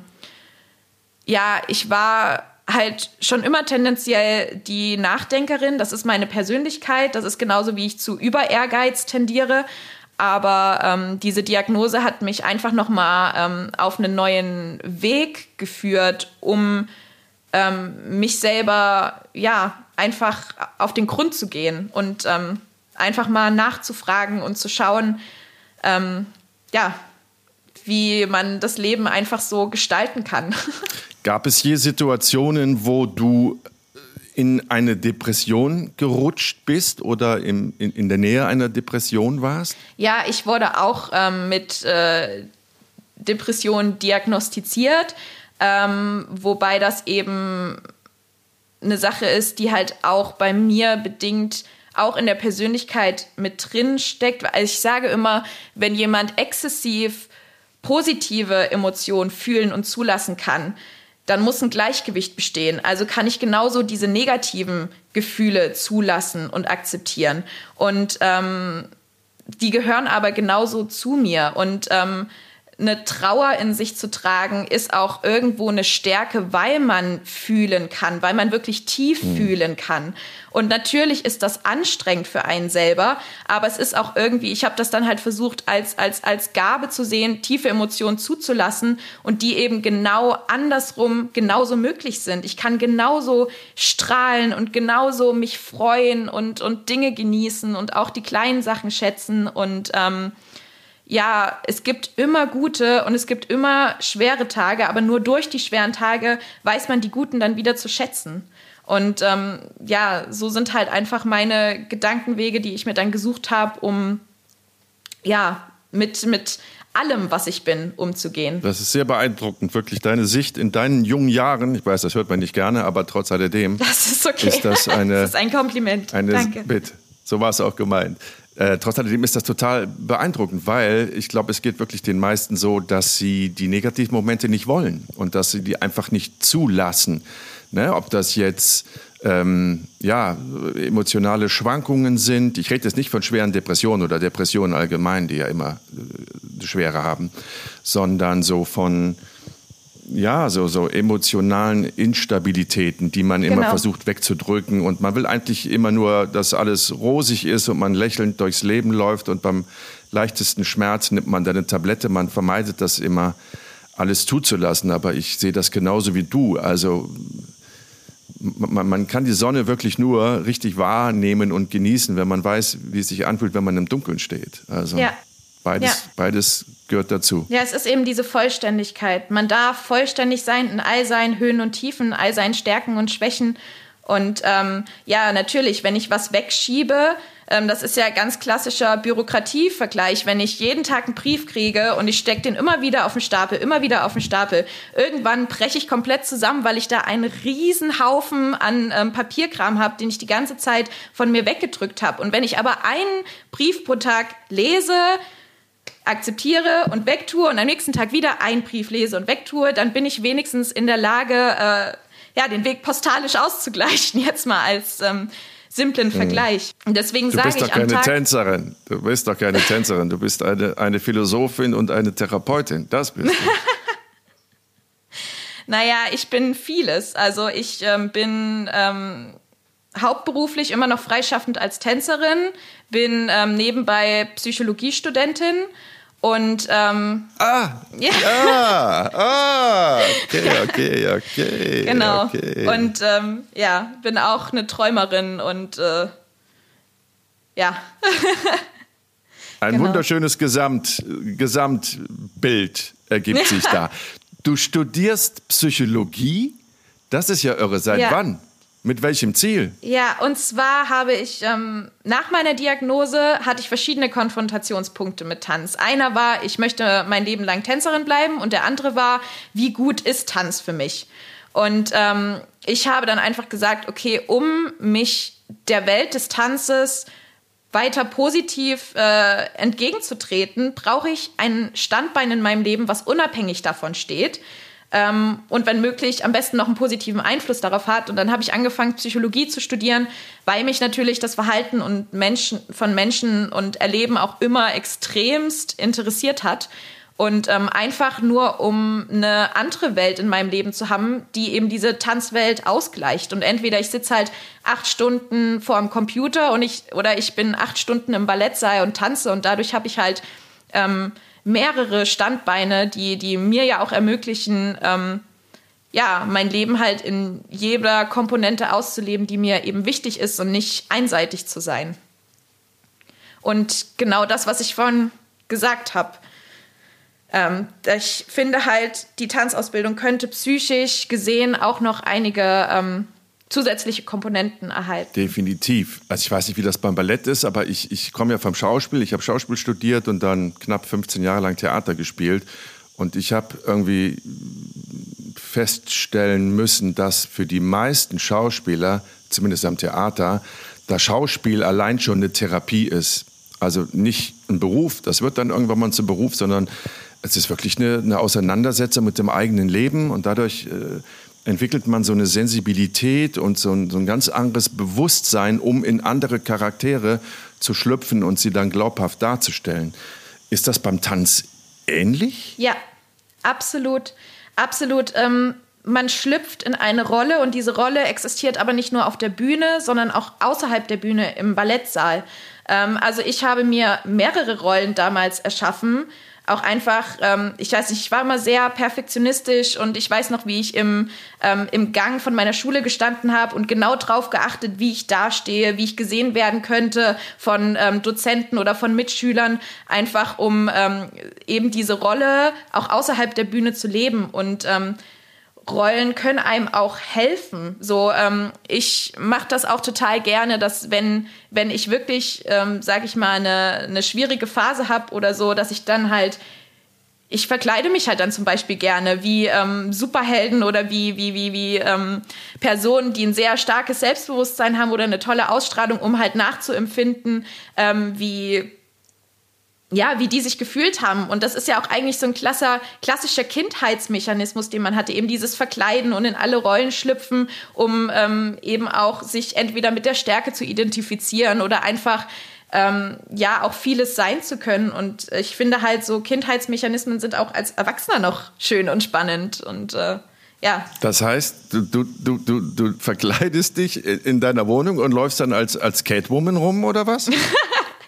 ja, ich war halt schon immer tendenziell die Nachdenkerin. Das ist meine Persönlichkeit. Das ist genauso, wie ich zu Über-Ehrgeiz tendiere. Aber ähm, diese Diagnose hat mich einfach nochmal ähm, auf einen neuen Weg geführt, um ähm, mich selber, ja, einfach auf den Grund zu gehen und ähm, einfach mal nachzufragen und zu schauen, ähm, ja, wie man das Leben einfach so gestalten kann. Gab es je Situationen, wo du in eine Depression gerutscht bist oder im, in, in der Nähe einer Depression warst? Ja, ich wurde auch ähm, mit äh, Depression diagnostiziert, ähm, wobei das eben eine Sache ist, die halt auch bei mir bedingt auch in der Persönlichkeit mit drin steckt. Also ich sage immer, wenn jemand exzessiv positive Emotionen fühlen und zulassen kann, dann muss ein Gleichgewicht bestehen. Also kann ich genauso diese negativen Gefühle zulassen und akzeptieren. Und ähm, die gehören aber genauso zu mir. Und ähm, eine Trauer in sich zu tragen, ist auch irgendwo eine Stärke, weil man fühlen kann, weil man wirklich tief mhm. fühlen kann. Und natürlich ist das anstrengend für einen selber, aber es ist auch irgendwie, ich habe das dann halt versucht, als, als, als Gabe zu sehen, tiefe Emotionen zuzulassen und die eben genau andersrum genauso möglich sind. Ich kann genauso strahlen und genauso mich freuen und, und Dinge genießen und auch die kleinen Sachen schätzen und ähm, ja, es gibt immer gute und es gibt immer schwere Tage, aber nur durch die schweren Tage weiß man die guten dann wieder zu schätzen. Und ähm, ja, so sind halt einfach meine Gedankenwege, die ich mir dann gesucht habe, um ja, mit, mit allem, was ich bin, umzugehen. Das ist sehr beeindruckend, wirklich deine Sicht in deinen jungen Jahren. Ich weiß, das hört man nicht gerne, aber trotz alledem. Das ist okay. Ist das, eine, das ist ein Kompliment. Eine, Danke. Bitte. So war es auch gemeint. Äh, trotz alledem ist das total beeindruckend, weil ich glaube, es geht wirklich den meisten so, dass sie die negativen Momente nicht wollen und dass sie die einfach nicht zulassen. Ne? Ob das jetzt ähm, ja, emotionale Schwankungen sind. Ich rede jetzt nicht von schweren Depressionen oder Depressionen allgemein, die ja immer äh, Schwere haben, sondern so von ja, so, so emotionalen Instabilitäten, die man immer genau. versucht wegzudrücken. Und man will eigentlich immer nur, dass alles rosig ist und man lächelnd durchs Leben läuft. Und beim leichtesten Schmerz nimmt man dann eine Tablette. Man vermeidet das immer, alles zuzulassen. Aber ich sehe das genauso wie du. Also man, man kann die Sonne wirklich nur richtig wahrnehmen und genießen, wenn man weiß, wie es sich anfühlt, wenn man im Dunkeln steht. Also. Ja. Beides, ja. beides gehört dazu. Ja, es ist eben diese Vollständigkeit. Man darf vollständig sein in all seinen Höhen und Tiefen, all seinen Stärken und Schwächen. Und ähm, ja, natürlich, wenn ich was wegschiebe, ähm, das ist ja ein ganz klassischer Bürokratievergleich, wenn ich jeden Tag einen Brief kriege und ich stecke den immer wieder auf den Stapel, immer wieder auf den Stapel. Irgendwann breche ich komplett zusammen, weil ich da einen riesen Haufen an ähm, Papierkram habe, den ich die ganze Zeit von mir weggedrückt habe. Und wenn ich aber einen Brief pro Tag lese, akzeptiere und wegtue und am nächsten Tag wieder einen Brief lese und wegtue, dann bin ich wenigstens in der Lage, äh, ja, den Weg postalisch auszugleichen, jetzt mal als ähm, simplen Vergleich. Und deswegen sage ich am Tag... Du bist doch keine Tänzerin. Du bist doch keine Tänzerin. Du bist eine, eine Philosophin und eine Therapeutin. Das bist du. Naja, ich bin vieles. Also ich ähm, bin... Ähm, hauptberuflich immer noch freischaffend als Tänzerin, bin ähm, nebenbei Psychologiestudentin und ähm, ah, ja, ah, ah, okay, okay, okay, genau okay. Und ähm, ja, bin auch eine Träumerin und äh, ja. Ein genau. wunderschönes Gesamt, Gesamtbild ergibt sich da. Du studierst Psychologie, das ist ja irre. Seit ja. wann? Mit welchem Ziel? Ja, und zwar habe ich, ähm, nach meiner Diagnose hatte ich verschiedene Konfrontationspunkte mit Tanz. Einer war, ich möchte mein Leben lang Tänzerin bleiben und der andere war, wie gut ist Tanz für mich? Und ähm, ich habe dann einfach gesagt, okay, um mich der Welt des Tanzes weiter positiv äh, entgegenzutreten, brauche ich ein Standbein in meinem Leben, was unabhängig davon steht. Ähm, und wenn möglich am besten noch einen positiven Einfluss darauf hat. Und dann habe ich angefangen, Psychologie zu studieren, weil mich natürlich das Verhalten und Menschen, von Menschen und Erleben auch immer extremst interessiert hat. Und ähm, einfach nur, um eine andere Welt in meinem Leben zu haben, die eben diese Tanzwelt ausgleicht. Und entweder ich sitze halt acht Stunden vor dem Computer und ich, oder ich bin acht Stunden im Ballettsaal und tanze. Und dadurch habe ich halt... Ähm, mehrere Standbeine, die, die mir ja auch ermöglichen, ähm, ja, mein Leben halt in jeder Komponente auszuleben, die mir eben wichtig ist und nicht einseitig zu sein. Und genau das, was ich vorhin gesagt habe. Ähm, ich finde halt, die Tanzausbildung könnte psychisch gesehen auch noch einige ähm, zusätzliche Komponenten erhalten. Definitiv. Also ich weiß nicht, wie das beim Ballett ist, aber ich, ich komme ja vom Schauspiel. Ich habe Schauspiel studiert und dann knapp fünfzehn Jahre lang Theater gespielt. Und ich habe irgendwie feststellen müssen, dass für die meisten Schauspieler, zumindest am Theater, das Schauspiel allein schon eine Therapie ist. Also nicht ein Beruf, das wird dann irgendwann mal zum Beruf, sondern es ist wirklich eine, eine Auseinandersetzung mit dem eigenen Leben und dadurch äh, entwickelt man so eine Sensibilität und so ein, so ein ganz anderes Bewusstsein, um in andere Charaktere zu schlüpfen und sie dann glaubhaft darzustellen. Ist das beim Tanz ähnlich? Ja, absolut, absolut. Ähm, man schlüpft in eine Rolle und diese Rolle existiert aber nicht nur auf der Bühne, sondern auch außerhalb der Bühne im Ballettsaal. Ähm, also ich habe mir mehrere Rollen damals erschaffen. Auch einfach, ähm, ich weiß nicht, ich war immer sehr perfektionistisch und ich weiß noch, wie ich im, ähm, im Gang von meiner Schule gestanden habe und genau drauf geachtet, wie ich dastehe, wie ich gesehen werden könnte von ähm, Dozenten oder von Mitschülern, einfach um ähm, eben diese Rolle auch außerhalb der Bühne zu leben. Und ähm, Rollen können einem auch helfen. So, ähm, ich mache das auch total gerne, dass wenn wenn ich wirklich, ähm, sage ich mal, eine eine schwierige Phase habe oder so, dass ich dann halt, ich verkleide mich halt dann zum Beispiel gerne wie ähm, Superhelden oder wie wie wie wie ähm, Personen, die ein sehr starkes Selbstbewusstsein haben oder eine tolle Ausstrahlung, um halt nachzuempfinden, ähm, wie ja, wie die sich gefühlt haben. Und das ist ja auch eigentlich so ein klasser, klassischer Kindheitsmechanismus, den man hatte, eben dieses Verkleiden und in alle Rollen schlüpfen, um ähm, eben auch sich entweder mit der Stärke zu identifizieren oder einfach ähm, ja auch vieles sein zu können. Und ich finde halt so Kindheitsmechanismen sind auch als Erwachsener noch schön und spannend und äh, ja. Das heißt, du, du, du, du, du verkleidest dich in deiner Wohnung und läufst dann als, als Catwoman rum oder was?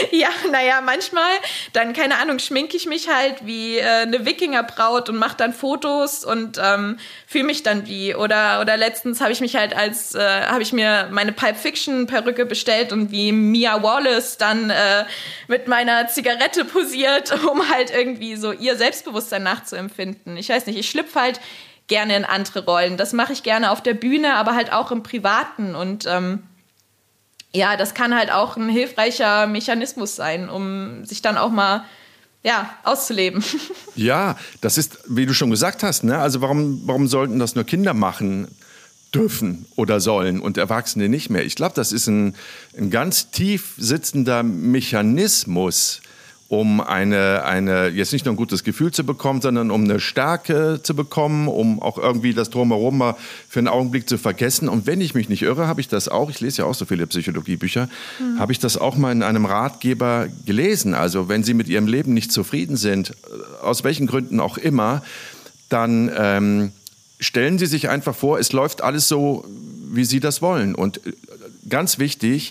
Ja, naja, manchmal, dann, keine Ahnung, schminke ich mich halt wie äh, eine Wikingerbraut und mache dann Fotos und ähm, fühle mich dann wie. Oder, oder letztens habe ich mich halt als, äh, habe ich mir meine Pulp Fiction Perücke bestellt und wie Mia Wallace dann äh, mit meiner Zigarette posiert, um halt irgendwie so ihr Selbstbewusstsein nachzuempfinden. Ich weiß nicht, ich schlüpfe halt gerne in andere Rollen. Das mache ich gerne auf der Bühne, aber halt auch im Privaten und ähm, ja, das kann halt auch ein hilfreicher Mechanismus sein, um sich dann auch mal ja, auszuleben. Ja, das ist, wie du schon gesagt hast, ne? Also warum, warum sollten das nur Kinder machen dürfen oder sollen und Erwachsene nicht mehr? Ich glaube, das ist ein, ein ganz tief sitzender Mechanismus, um eine, eine, jetzt nicht nur ein gutes Gefühl zu bekommen, sondern um eine Stärke zu bekommen, um auch irgendwie das Drumherum mal für einen Augenblick zu vergessen. Und wenn ich mich nicht irre, habe ich das auch, ich lese ja auch so viele Psychologiebücher, mhm. habe ich das auch mal in einem Ratgeber gelesen. Also wenn Sie mit Ihrem Leben nicht zufrieden sind, aus welchen Gründen auch immer, dann ähm, stellen Sie sich einfach vor, es läuft alles so, wie Sie das wollen. Und ganz wichtig,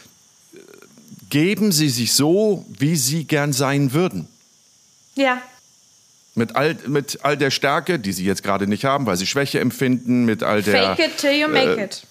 geben Sie sich so, wie Sie gern sein würden. Ja. Mit all, mit all der Stärke, die Sie jetzt gerade nicht haben, weil Sie Schwäche empfinden, mit all der... Fake it till you make äh, it.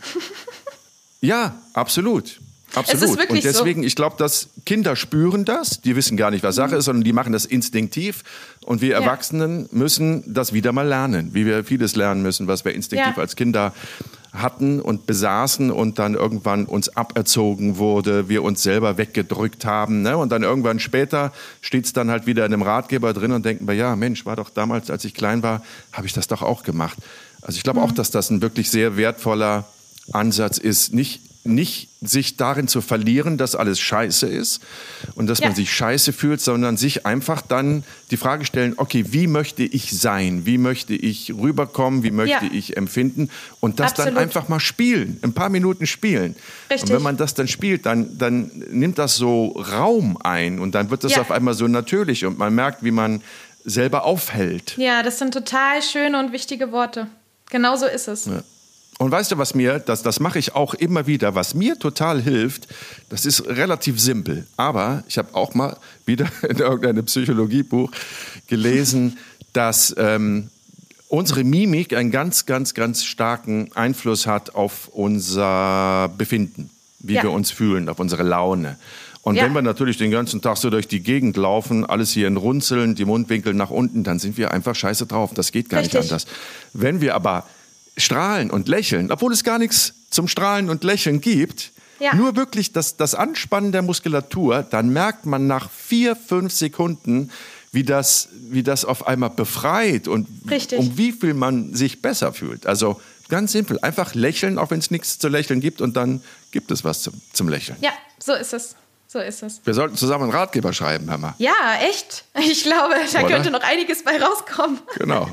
Ja, absolut. Absolut. Es ist wirklich und deswegen, so. Ich glaube, dass Kinder spüren das, die wissen gar nicht, was Sache ist, sondern die machen das instinktiv. Und wir Ja. Erwachsenen müssen das wieder mal lernen, wie wir vieles lernen müssen, was wir instinktiv Ja. als Kinder hatten und besaßen und dann irgendwann uns aberzogen wurde, wir uns selber weggedrückt haben. Ne? Und dann irgendwann später steht es dann halt wieder in einem Ratgeber drin und denken wir, ja Mensch, war doch damals, als ich klein war, habe ich das doch auch gemacht. Also ich glaube mhm. auch, dass das ein wirklich sehr wertvoller Ansatz ist, nicht nicht sich darin zu verlieren, dass alles scheiße ist und dass ja. man sich scheiße fühlt, sondern sich einfach dann die Frage stellen, okay, wie möchte ich sein? Wie möchte ich rüberkommen? Wie möchte ja. ich empfinden? Und das Absolut. dann einfach mal spielen, ein paar Minuten spielen. Richtig. Und wenn man das dann spielt, dann, dann nimmt das so Raum ein und dann wird das ja. auf einmal so natürlich und man merkt, wie man selber aufhält. Ja, das sind total schöne und wichtige Worte. Genau so ist es. Ja. Und weißt du, was mir, das, das mache ich auch immer wieder, was mir total hilft, das ist relativ simpel. Aber ich habe auch mal wieder in irgendeinem Psychologiebuch gelesen, dass ähm, unsere Mimik einen ganz, ganz, ganz starken Einfluss hat auf unser Befinden, wie ja. wir uns fühlen, auf unsere Laune. Und ja. wenn wir natürlich den ganzen Tag so durch die Gegend laufen, alles hier in Runzeln, die Mundwinkel nach unten, dann sind wir einfach scheiße drauf. Das geht gar Richtig. nicht anders. Wenn wir aber strahlen und lächeln, obwohl es gar nichts zum Strahlen und Lächeln gibt, ja. nur wirklich das, das Anspannen der Muskulatur, dann merkt man nach vier, fünf Sekunden, wie das, wie das auf einmal befreit und Richtig. um wie viel man sich besser fühlt. Also ganz simpel, einfach lächeln, auch wenn es nichts zu lächeln gibt und dann gibt es was zum, zum Lächeln. Ja, so ist es. So ist es. Wir sollten zusammen einen Ratgeber schreiben, Hammer. Ja, echt. Ich glaube, da Oder? könnte noch einiges bei rauskommen. Genau.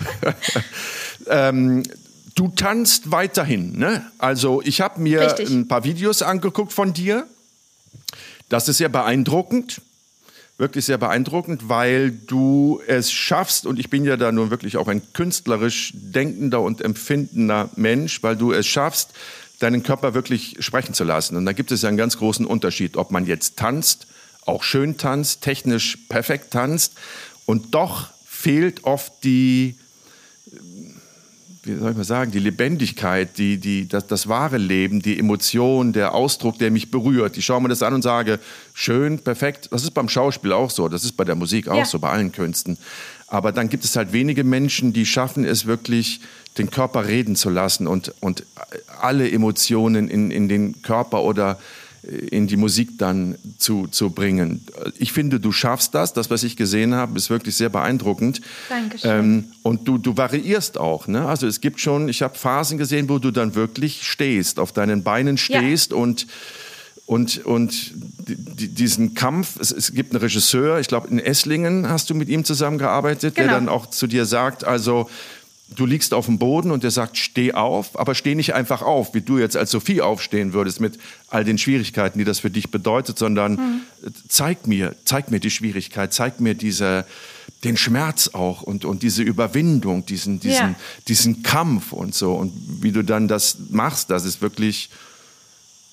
ähm, Du tanzt weiterhin, ne? Also ich habe mir Richtig. ein paar Videos angeguckt von dir. Das ist sehr beeindruckend, wirklich sehr beeindruckend, weil du es schaffst, und ich bin ja da nun wirklich auch ein künstlerisch denkender und empfindender Mensch, weil du es schaffst, deinen Körper wirklich sprechen zu lassen. Und da gibt es ja einen ganz großen Unterschied, ob man jetzt tanzt, auch schön tanzt, technisch perfekt tanzt, und doch fehlt oft die, wie soll ich mal sagen, die Lebendigkeit, die, die, das, das wahre Leben, die Emotion, der Ausdruck, der mich berührt. Ich schaue mir das an und sage, schön, perfekt. Das ist beim Schauspiel auch so, das ist bei der Musik auch ja. so, bei allen Künsten. Aber dann gibt es halt wenige Menschen, die schaffen es wirklich, den Körper reden zu lassen und, und alle Emotionen in, in den Körper oder in die Musik dann zu, zu bringen. Ich finde, du schaffst das. Das, was ich gesehen habe, ist wirklich sehr beeindruckend. Dankeschön. Ähm, und du, du variierst auch. Ne? Also es gibt schon, ich habe Phasen gesehen, wo du dann wirklich stehst, auf deinen Beinen stehst ja. und Und, und die, diesen Kampf, es, es gibt einen Regisseur, ich glaube in Esslingen hast du mit ihm zusammengearbeitet, genau. der dann auch zu dir sagt, also du liegst auf dem Boden und der sagt, steh auf, aber steh nicht einfach auf, wie du jetzt als Sophie aufstehen würdest mit all den Schwierigkeiten, die das für dich bedeutet, sondern mhm. zeig mir, zeig mir die Schwierigkeit, zeig mir diese, den Schmerz auch und, und diese Überwindung, diesen, diesen, ja. diesen Kampf und so. Und wie du dann das machst, das ist wirklich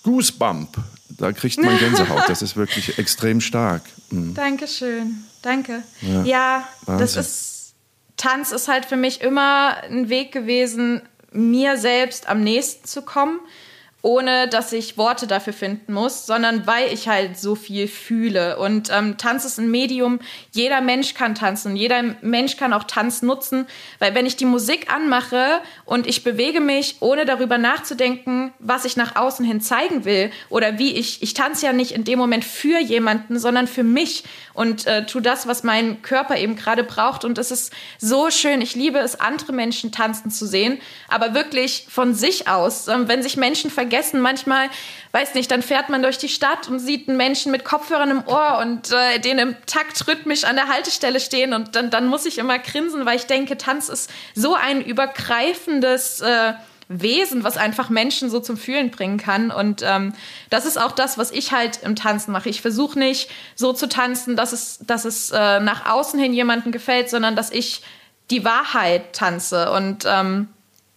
Goosebump. Da kriegt man Gänsehaut. Das ist wirklich extrem stark. Mhm. Dankeschön. Danke. Ja, ja das Wahnsinn. ist, Tanz ist halt für mich immer ein Weg gewesen, mir selbst am nächsten zu kommen, ohne dass ich Worte dafür finden muss, sondern weil ich halt so viel fühle. Und ähm, Tanz ist ein Medium, jeder Mensch kann tanzen, jeder Mensch kann auch Tanz nutzen, weil wenn ich die Musik anmache und ich bewege mich, ohne darüber nachzudenken, was ich nach außen hin zeigen will oder wie ich, ich tanze ja nicht in dem Moment für jemanden, sondern für mich und äh, tue das, was mein Körper eben gerade braucht. Und es ist so schön, ich liebe es, andere Menschen tanzen zu sehen, aber wirklich von sich aus, ähm, wenn sich Menschen vergessen, manchmal, weiß nicht, dann fährt man durch die Stadt und sieht einen Menschen mit Kopfhörern im Ohr und äh, den im Takt rhythmisch an der Haltestelle stehen und dann, dann muss ich immer grinsen, weil ich denke, Tanz ist so ein übergreifendes äh, Wesen, was einfach Menschen so zum Fühlen bringen kann und ähm, das ist auch das, was ich halt im Tanzen mache. Ich versuche nicht so zu tanzen, dass es, dass es äh, nach außen hin jemandem gefällt, sondern dass ich die Wahrheit tanze und ähm,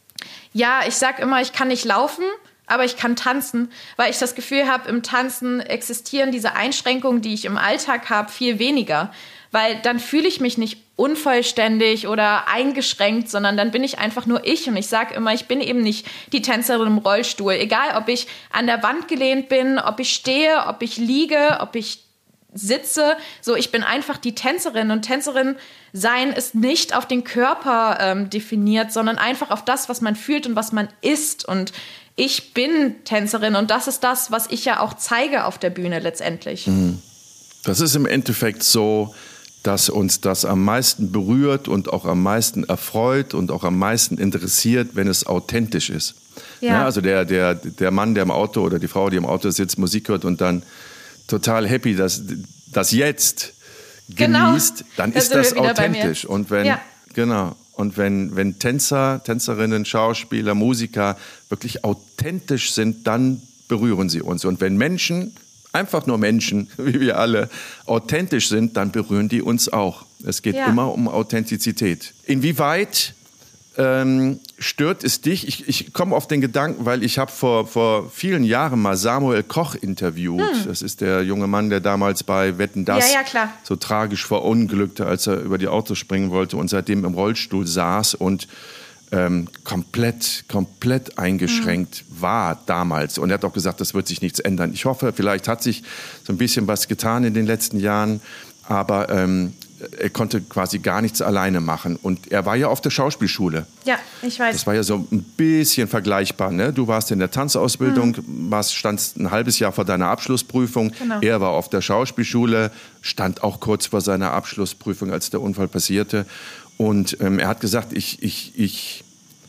ja, ich sag immer, ich kann nicht laufen, aber ich kann tanzen, weil ich das Gefühl habe, im Tanzen existieren diese Einschränkungen, die ich im Alltag habe, viel weniger. Weil dann fühle ich mich nicht unvollständig oder eingeschränkt, sondern dann bin ich einfach nur ich. Und ich sage immer, ich bin eben nicht die Tänzerin im Rollstuhl. Egal, ob ich an der Wand gelehnt bin, ob ich stehe, ob ich liege, ob ich sitze. So, ich bin einfach die Tänzerin. Und Tänzerin sein ist nicht auf den Körper ähm, definiert, sondern einfach auf das, was man fühlt und was man ist. Und ich bin Tänzerin und das ist das, was ich ja auch zeige auf der Bühne letztendlich. Das ist im Endeffekt so, dass uns das am meisten berührt und auch am meisten erfreut und auch am meisten interessiert, wenn es authentisch ist. Ja. Ja, also der, der, der Mann, der im Auto oder die Frau, die im Auto sitzt, Musik hört und dann total happy, dass das jetzt genau. genießt, dann ist das authentisch. Und wenn, ja. genau. Und wenn, wenn Tänzer, Tänzerinnen, Schauspieler, Musiker wirklich authentisch sind, dann berühren sie uns. Und wenn Menschen, einfach nur Menschen, wie wir alle, authentisch sind, dann berühren die uns auch. Es geht ja. immer um Authentizität. Inwieweit ähm, stört es dich? Ich, ich komme auf den Gedanken, weil ich habe vor, vor vielen Jahren mal Samuel Koch interviewt. Hm. Das ist der junge Mann, der damals bei Wetten, dass ja, ja, klar. so tragisch verunglückte, als er über die Autos springen wollte und seitdem im Rollstuhl saß und ähm, komplett, komplett eingeschränkt hm. war damals. Und er hat auch gesagt, das wird sich nichts ändern. Ich hoffe, vielleicht hat sich so ein bisschen was getan in den letzten Jahren, aber ähm, er konnte quasi gar nichts alleine machen. Und er war ja auf der Schauspielschule. Ja, ich weiß. Das war ja so ein bisschen vergleichbar. Ne? Du warst in der Tanzausbildung, mhm. warst, standst ein halbes Jahr vor deiner Abschlussprüfung. Genau. Er war auf der Schauspielschule, stand auch kurz vor seiner Abschlussprüfung, als der Unfall passierte. Und ähm, er hat gesagt, ich, ich, ich,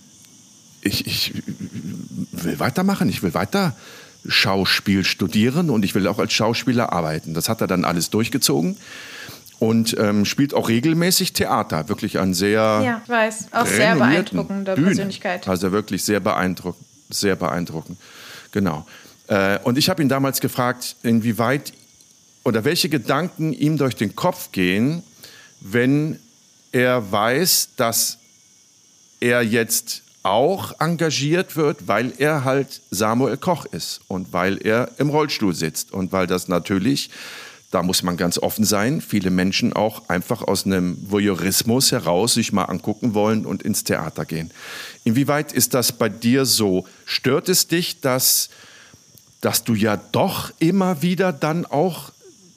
ich, ich will weitermachen, ich will weiter Schauspiel studieren und ich will auch als Schauspieler arbeiten. Das hat er dann alles durchgezogen. Und ähm, spielt auch regelmäßig Theater, wirklich an sehr ja, ich weiß. Auch sehr beeindruckende Bühnen. Persönlichkeit. Also wirklich sehr beeindruckend, sehr beeindruckend. Genau. Äh, und ich habe ihn damals gefragt, inwieweit oder welche Gedanken ihm durch den Kopf gehen, wenn er weiß, dass er jetzt auch engagiert wird, weil er halt Samuel Koch ist und weil er im Rollstuhl sitzt und weil das natürlich, da muss man ganz offen sein, viele Menschen auch einfach aus einem Voyeurismus heraus sich mal angucken wollen und ins Theater gehen. Inwieweit ist das bei dir so? Stört es dich, dass, dass du ja doch immer wieder dann auch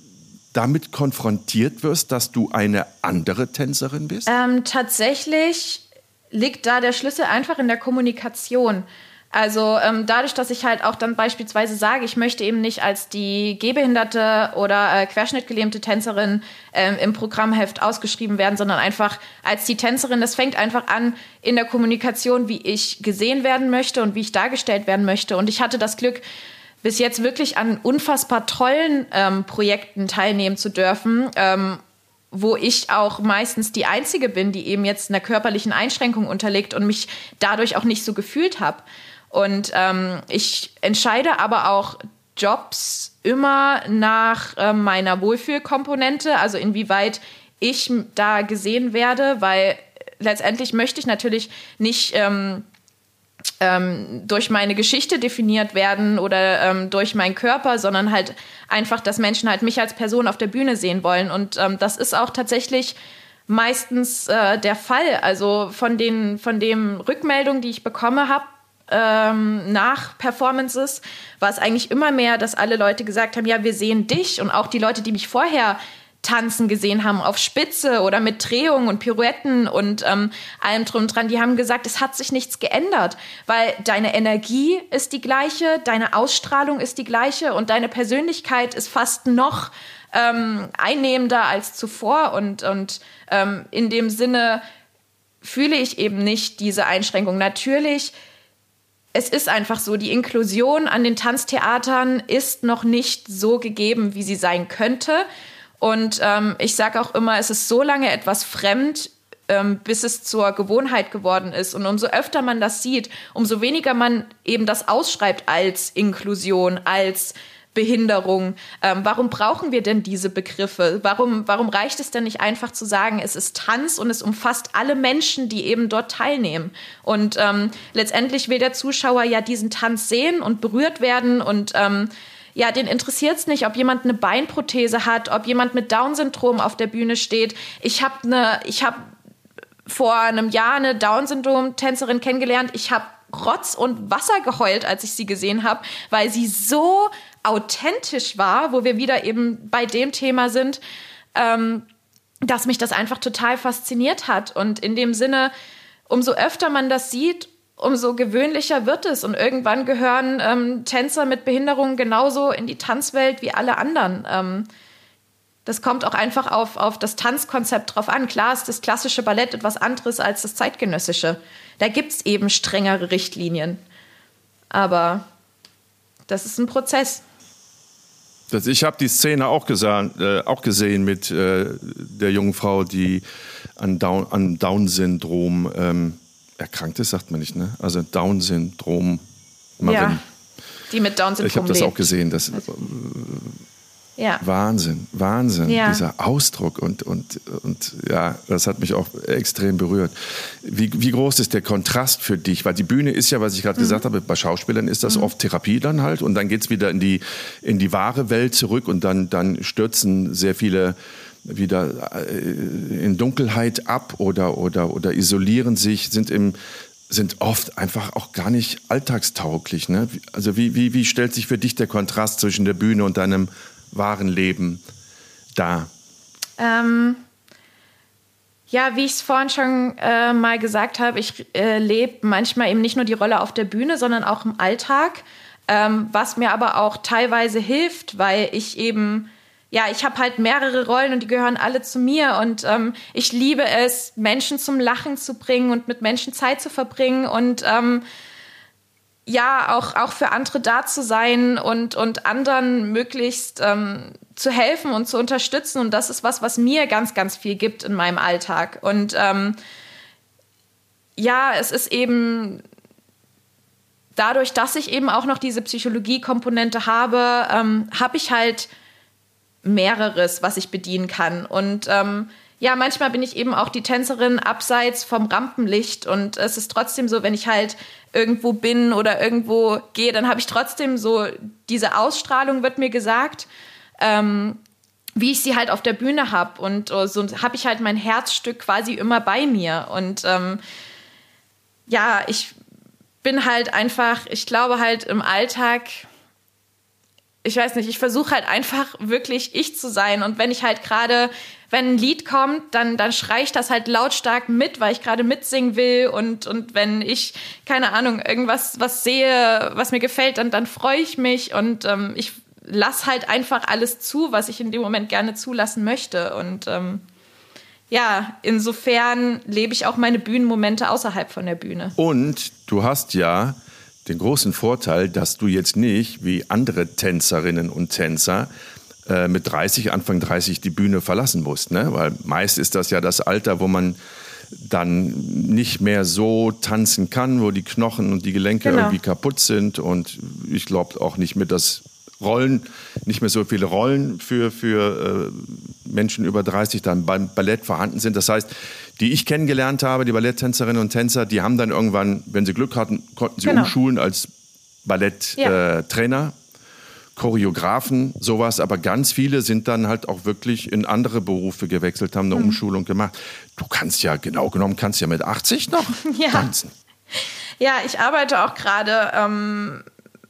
damit konfrontiert wirst, dass du eine andere Tänzerin bist? Ähm, tatsächlich liegt da der Schlüssel einfach in der Kommunikation. Also ähm, dadurch, dass ich halt auch dann beispielsweise sage, ich möchte eben nicht als die gehbehinderte oder äh, querschnittgelähmte Tänzerin ähm, im Programmheft ausgeschrieben werden, sondern einfach als die Tänzerin. Das fängt einfach an in der Kommunikation, wie ich gesehen werden möchte und wie ich dargestellt werden möchte. Und ich hatte das Glück, bis jetzt wirklich an unfassbar tollen ähm, Projekten teilnehmen zu dürfen, ähm, wo ich auch meistens die Einzige bin, die eben jetzt einer körperlichen Einschränkung unterliegt und mich dadurch auch nicht so gefühlt habe. Und ähm, ich entscheide aber auch Jobs immer nach äh, meiner Wohlfühlkomponente, also inwieweit ich da gesehen werde, weil letztendlich möchte ich natürlich nicht ähm, ähm, durch meine Geschichte definiert werden oder ähm, durch meinen Körper, sondern halt einfach, dass Menschen halt mich als Person auf der Bühne sehen wollen. Und ähm, das ist auch tatsächlich meistens äh, der Fall. Also von den von den Rückmeldungen, die ich bekommen habe ähm, nach Performances, war es eigentlich immer mehr, dass alle Leute gesagt haben, ja, wir sehen dich. Und auch die Leute, die mich vorher tanzen gesehen haben auf Spitze oder mit Drehungen und Pirouetten und ähm, allem drum und dran, die haben gesagt, es hat sich nichts geändert, weil deine Energie ist die gleiche, deine Ausstrahlung ist die gleiche und deine Persönlichkeit ist fast noch ähm, einnehmender als zuvor und, und ähm, in dem Sinne fühle ich eben nicht diese Einschränkung. Natürlich, es ist einfach so, die Inklusion an den Tanztheatern ist noch nicht so gegeben, wie sie sein könnte. Und ähm, ich sage auch immer, es ist so lange etwas fremd, ähm, bis es zur Gewohnheit geworden ist. Und umso öfter man das sieht, umso weniger man eben das ausschreibt als Inklusion, als Behinderung. Ähm, warum brauchen wir denn diese Begriffe? Warum, warum reicht es denn nicht einfach zu sagen, es ist Tanz und es umfasst alle Menschen, die eben dort teilnehmen? Und ähm, letztendlich will der Zuschauer ja diesen Tanz sehen und berührt werden und ähm, ja, den interessiert es nicht, ob jemand eine Beinprothese hat, ob jemand mit Down-Syndrom auf der Bühne steht. Ich habe ne, ich habe vor einem Jahr eine Down-Syndrom-Tänzerin kennengelernt. Ich habe Rotz und Wasser geheult, als ich sie gesehen habe, weil sie so authentisch war, wo wir wieder eben bei dem Thema sind, ähm, dass mich das einfach total fasziniert hat. Und in dem Sinne, umso öfter man das sieht, umso gewöhnlicher wird es. Und irgendwann gehören ähm, Tänzer mit Behinderungen genauso in die Tanzwelt wie alle anderen. Ähm, das kommt auch einfach auf, auf das Tanzkonzept drauf an. Klar ist das klassische Ballett etwas anderes als das zeitgenössische. Da gibt es eben strengere Richtlinien. Aber das ist ein Prozess. Das, ich habe die Szene auch, gesehen, äh, auch gesehen mit äh, der jungen Frau, die an Down, an Down-Syndrom ähm, erkrankt ist, sagt man nicht, ne? Also Down-Syndrom. Ja, die mit Down-Syndrom Ich habe das lebt. auch gesehen. Das, äh, ja. Wahnsinn, Wahnsinn, ja. dieser Ausdruck. Und, und, und ja, das hat mich auch extrem berührt. Wie, wie groß ist der Kontrast für dich? Weil die Bühne ist ja, was ich gerade mhm. gesagt habe, bei Schauspielern ist das mhm. oft Therapie dann halt. Und dann geht es wieder in die, in die wahre Welt zurück. Und dann, dann stürzen sehr viele wieder in Dunkelheit ab oder, oder, oder isolieren sich, sind, im, sind oft einfach auch gar nicht alltagstauglich. Ne? Also wie, wie, wie stellt sich für dich der Kontrast zwischen der Bühne und deinem wahren Leben dar? Ähm, ja, wie ich es vorhin schon äh, mal gesagt habe, ich äh, lebe manchmal eben nicht nur die Rolle auf der Bühne, sondern auch im Alltag, ähm, was mir aber auch teilweise hilft, weil ich eben Ja, ich habe halt mehrere Rollen und die gehören alle zu mir und ähm, ich liebe es, Menschen zum Lachen zu bringen und mit Menschen Zeit zu verbringen und ähm, ja, auch, auch für andere da zu sein und, und anderen möglichst ähm, zu helfen und zu unterstützen. Und das ist was, was mir ganz, ganz viel gibt in meinem Alltag. Und ähm, ja, es ist eben dadurch, dass ich eben auch noch diese Psychologie-Komponente habe, ähm, habe ich halt mehreres, was ich bedienen kann. Und ähm, ja, manchmal bin ich eben auch die Tänzerin abseits vom Rampenlicht und es ist trotzdem so, wenn ich halt irgendwo bin oder irgendwo gehe, dann habe ich trotzdem so diese Ausstrahlung, wird mir gesagt, ähm, wie ich sie halt auf der Bühne habe. Und uh, so habe ich halt mein Herzstück quasi immer bei mir. Und ähm, ja, ich bin halt einfach, ich glaube halt im Alltag, ich weiß nicht, ich versuche halt einfach wirklich ich zu sein. Und wenn ich halt gerade, wenn ein Lied kommt, dann, dann schreie ich das halt lautstark mit, weil ich gerade mitsingen will. Und, und wenn ich, keine Ahnung, irgendwas was sehe, was mir gefällt, dann, dann freue ich mich. Und ähm, ich lasse halt einfach alles zu, was ich in dem Moment gerne zulassen möchte. Und ähm, ja, insofern lebe ich auch meine Bühnenmomente außerhalb von der Bühne. Und du hast ja den großen Vorteil, dass du jetzt nicht wie andere Tänzerinnen und Tänzer äh, mit dreißig, Anfang dreißig die Bühne verlassen musst. Ne? Weil meist ist das ja das Alter, wo man dann nicht mehr so tanzen kann, wo die Knochen und die Gelenke genau. irgendwie kaputt sind. Und ich glaube auch nicht mehr, dass Rollen, nicht mehr so viele Rollen für, für äh, Menschen über dreißig dann beim Ballett vorhanden sind. Das heißt, die ich kennengelernt habe, die Balletttänzerinnen und Tänzer, die haben dann irgendwann, wenn sie Glück hatten, konnten sie genau. umschulen als Balletttrainer, ja. äh, Choreografen, sowas. Aber ganz viele sind dann halt auch wirklich in andere Berufe gewechselt, haben eine mhm. Umschulung gemacht. Du kannst ja, genau genommen, kannst ja mit achtzig noch ja. tanzen. Ja, ich arbeite auch gerade ähm,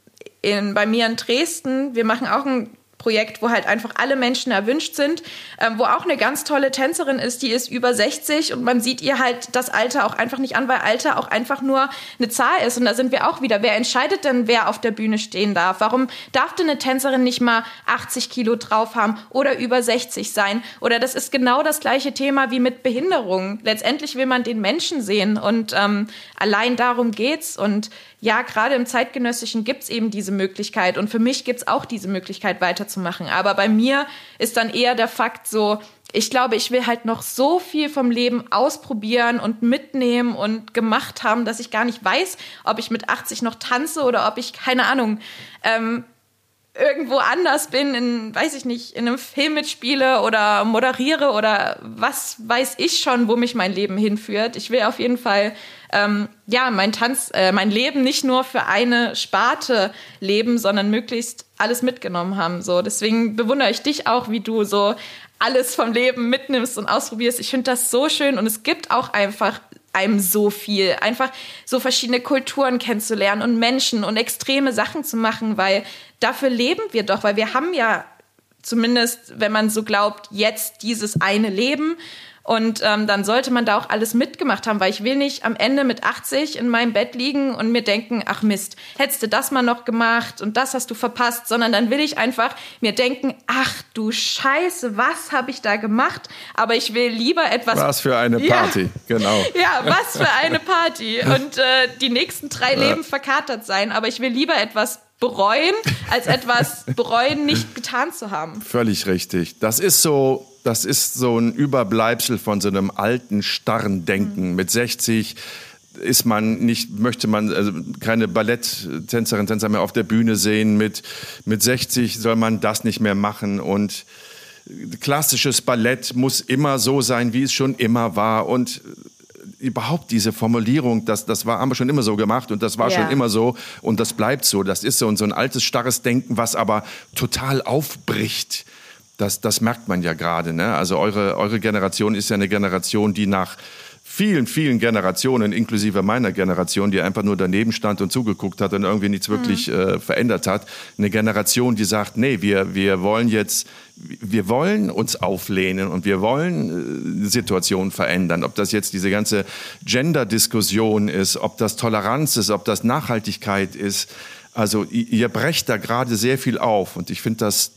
in, bei mir in Dresden. Wir machen auch ein Projekt, wo halt einfach alle Menschen erwünscht sind, ähm, wo auch eine ganz tolle Tänzerin ist, die ist über sechzig und man sieht ihr halt das Alter auch einfach nicht an, weil Alter auch einfach nur eine Zahl ist. Und da sind wir auch wieder. Wer entscheidet denn, wer auf der Bühne stehen darf? Warum darf denn eine Tänzerin nicht mal achtzig Kilo drauf haben oder über sechzig sein? Oder das ist genau das gleiche Thema wie mit Behinderung. Letztendlich will man den Menschen sehen und ähm, allein darum geht's. Und ja, gerade im Zeitgenössischen gibt's eben diese Möglichkeit und für mich gibt's auch diese Möglichkeit weiterzumachen. Aber bei mir ist dann eher der Fakt so, ich glaube, ich will halt noch so viel vom Leben ausprobieren und mitnehmen und gemacht haben, dass ich gar nicht weiß, ob ich mit achtzig noch tanze oder ob ich, keine Ahnung, ähm, irgendwo anders bin, in, weiß ich nicht, in einem Film mitspiele oder moderiere oder was weiß ich schon, wo mich mein Leben hinführt. Ich will auf jeden Fall ähm, ja mein Tanz, äh, mein Leben nicht nur für eine Sparte leben, sondern möglichst alles mitgenommen haben. So, deswegen bewundere ich dich auch, wie du so alles vom Leben mitnimmst und ausprobierst. Ich finde das so schön und es gibt auch einfach einem so viel. Einfach so verschiedene Kulturen kennenzulernen und Menschen und extreme Sachen zu machen, weil dafür leben wir doch, weil wir haben ja zumindest, wenn man so glaubt, jetzt dieses eine Leben. Und ähm, dann sollte man da auch alles mitgemacht haben, weil ich will nicht am Ende mit achtzig in meinem Bett liegen und mir denken, ach Mist, hättest du das mal noch gemacht und das hast du verpasst, sondern dann will ich einfach mir denken, ach du Scheiße, was habe ich da gemacht? Aber ich will lieber etwas... Was für eine Party, ja, genau. Ja, was für eine Party. Und äh, die nächsten drei ja. Leben verkatert sein, aber ich will lieber etwas bereuen, als etwas bereuen, nicht getan zu haben. Völlig richtig. Das ist so... Das ist so ein Überbleibsel von so einem alten, starren Denken. Mhm. Mit sechzig ist man nicht, möchte man also keine Balletttänzerin, Tänzer mehr auf der Bühne sehen. Mit, mit sechzig soll man das nicht mehr machen. Und klassisches Ballett muss immer so sein, wie es schon immer war. Und überhaupt diese Formulierung, das, das war, haben wir schon immer so gemacht und das war ja. schon immer so und das bleibt so. Das ist so, so ein altes, starres Denken, was aber total aufbricht. Das, das merkt man ja gerade. Ne? Also eure, eure Generation ist ja eine Generation, die nach vielen, vielen Generationen, inklusive meiner Generation, die einfach nur daneben stand und zugeguckt hat und irgendwie nichts wirklich mhm. äh, verändert hat. Eine Generation, die sagt, nee, wir, wir wollen jetzt, wir wollen uns auflehnen und wir wollen äh, Situationen verändern. Ob das jetzt diese ganze Gender-Diskussion ist, ob das Toleranz ist, ob das Nachhaltigkeit ist. Also ihr brecht da gerade sehr viel auf und ich finde das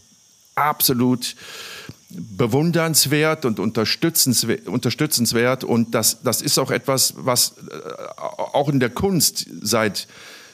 absolut bewundernswert und unterstützenswert, unterstützenswert. Und das, das ist auch etwas, was auch in der Kunst seit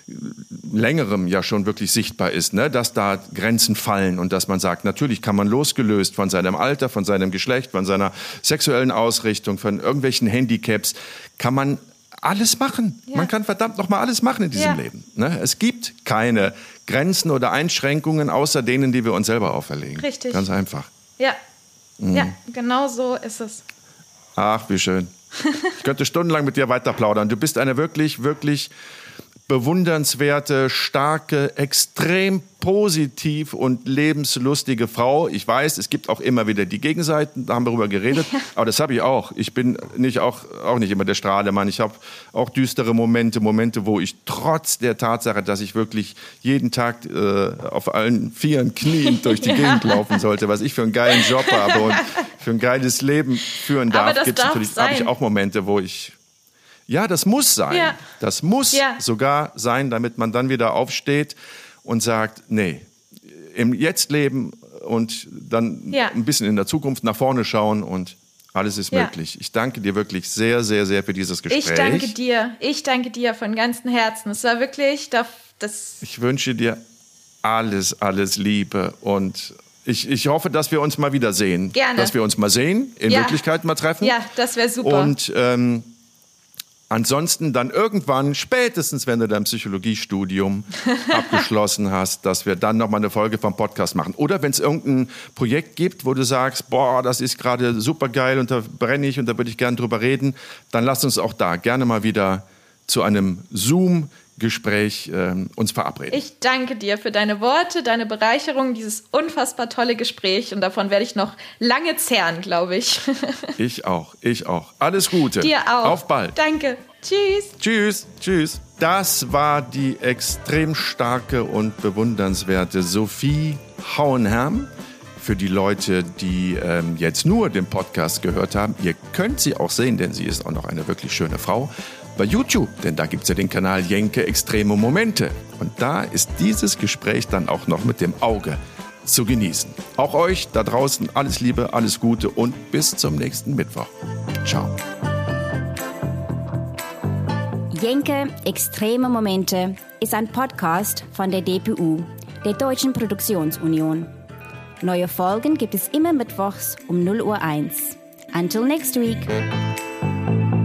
längerem ja schon wirklich sichtbar ist, ne? Dass da Grenzen fallen und dass man sagt, natürlich kann man losgelöst von seinem Alter, von seinem Geschlecht, von seiner sexuellen Ausrichtung, von irgendwelchen Handicaps, kann man alles machen. Ja. Man kann verdammt noch mal alles machen in diesem ja. Leben. Ne? Es gibt keine Grenzen oder Einschränkungen, außer denen, die wir uns selber auferlegen. Richtig. Ganz einfach. Ja, mhm. ja, genau so ist es. Ach, wie schön. Ich könnte stundenlang mit dir weiter plaudern. Du bist eine wirklich, wirklich bewundernswerte, starke, extrem positiv und lebenslustige Frau. Ich weiß, es gibt auch immer wieder die Gegenseiten, da haben wir darüber geredet, ja. aber das habe ich auch. Ich bin nicht auch, auch nicht immer der Strahlemann. Ich habe auch düstere Momente, Momente, wo ich trotz der Tatsache, dass ich wirklich jeden Tag äh, auf allen Vieren kniend durch die ja. Gegend laufen sollte, was ich für einen geilen Job habe und für ein geiles Leben führen darf, gibt es natürlich, habe ich auch Momente, wo ich Ja, das muss sein. Ja. Das muss ja. sogar sein, damit man dann wieder aufsteht und sagt, nee, im Jetzt leben und dann ja. ein bisschen in der Zukunft nach vorne schauen und alles ist ja. möglich. Ich danke dir wirklich sehr, sehr, sehr für dieses Gespräch. Ich danke dir. Ich danke dir von ganzem Herzen. Es war wirklich das. Ich wünsche dir alles, alles Liebe und ich, ich hoffe, dass wir uns mal wiedersehen. Gerne. Dass wir uns mal sehen, in ja. Wirklichkeit mal treffen. Ja, das wäre super. Und ähm, Ansonsten dann irgendwann, spätestens wenn du dein Psychologiestudium abgeschlossen hast, dass wir dann nochmal eine Folge vom Podcast machen. Oder wenn es irgendein Projekt gibt, wo du sagst, boah, das ist gerade super geil und da brenne ich und da würde ich gerne drüber reden, dann lass uns auch da gerne mal wieder zu einem Zoom-Gespräch äh, uns verabreden. Ich danke dir für deine Worte, deine Bereicherung, dieses unfassbar tolle Gespräch und davon werde ich noch lange zehren, glaube ich. Ich auch, ich auch. Alles Gute. Dir auch. Auf bald. Danke. Tschüss. Tschüss, tschüss. Das war die extrem starke und bewundernswerte Sophie Hauenherm. Für die Leute, die ähm, jetzt nur den Podcast gehört haben, ihr könnt sie auch sehen, denn sie ist auch noch eine wirklich schöne Frau. Bei YouTube, denn da gibt es ja den Kanal Jenke Extreme Momente. Und da ist dieses Gespräch dann auch noch mit dem Auge zu genießen. Auch euch da draußen alles Liebe, alles Gute und bis zum nächsten Mittwoch. Ciao. Jenke Extreme Momente ist ein Podcast von der D P U, der Deutschen Produktionsunion. Neue Folgen gibt es immer mittwochs um null Uhr eins. Until next week.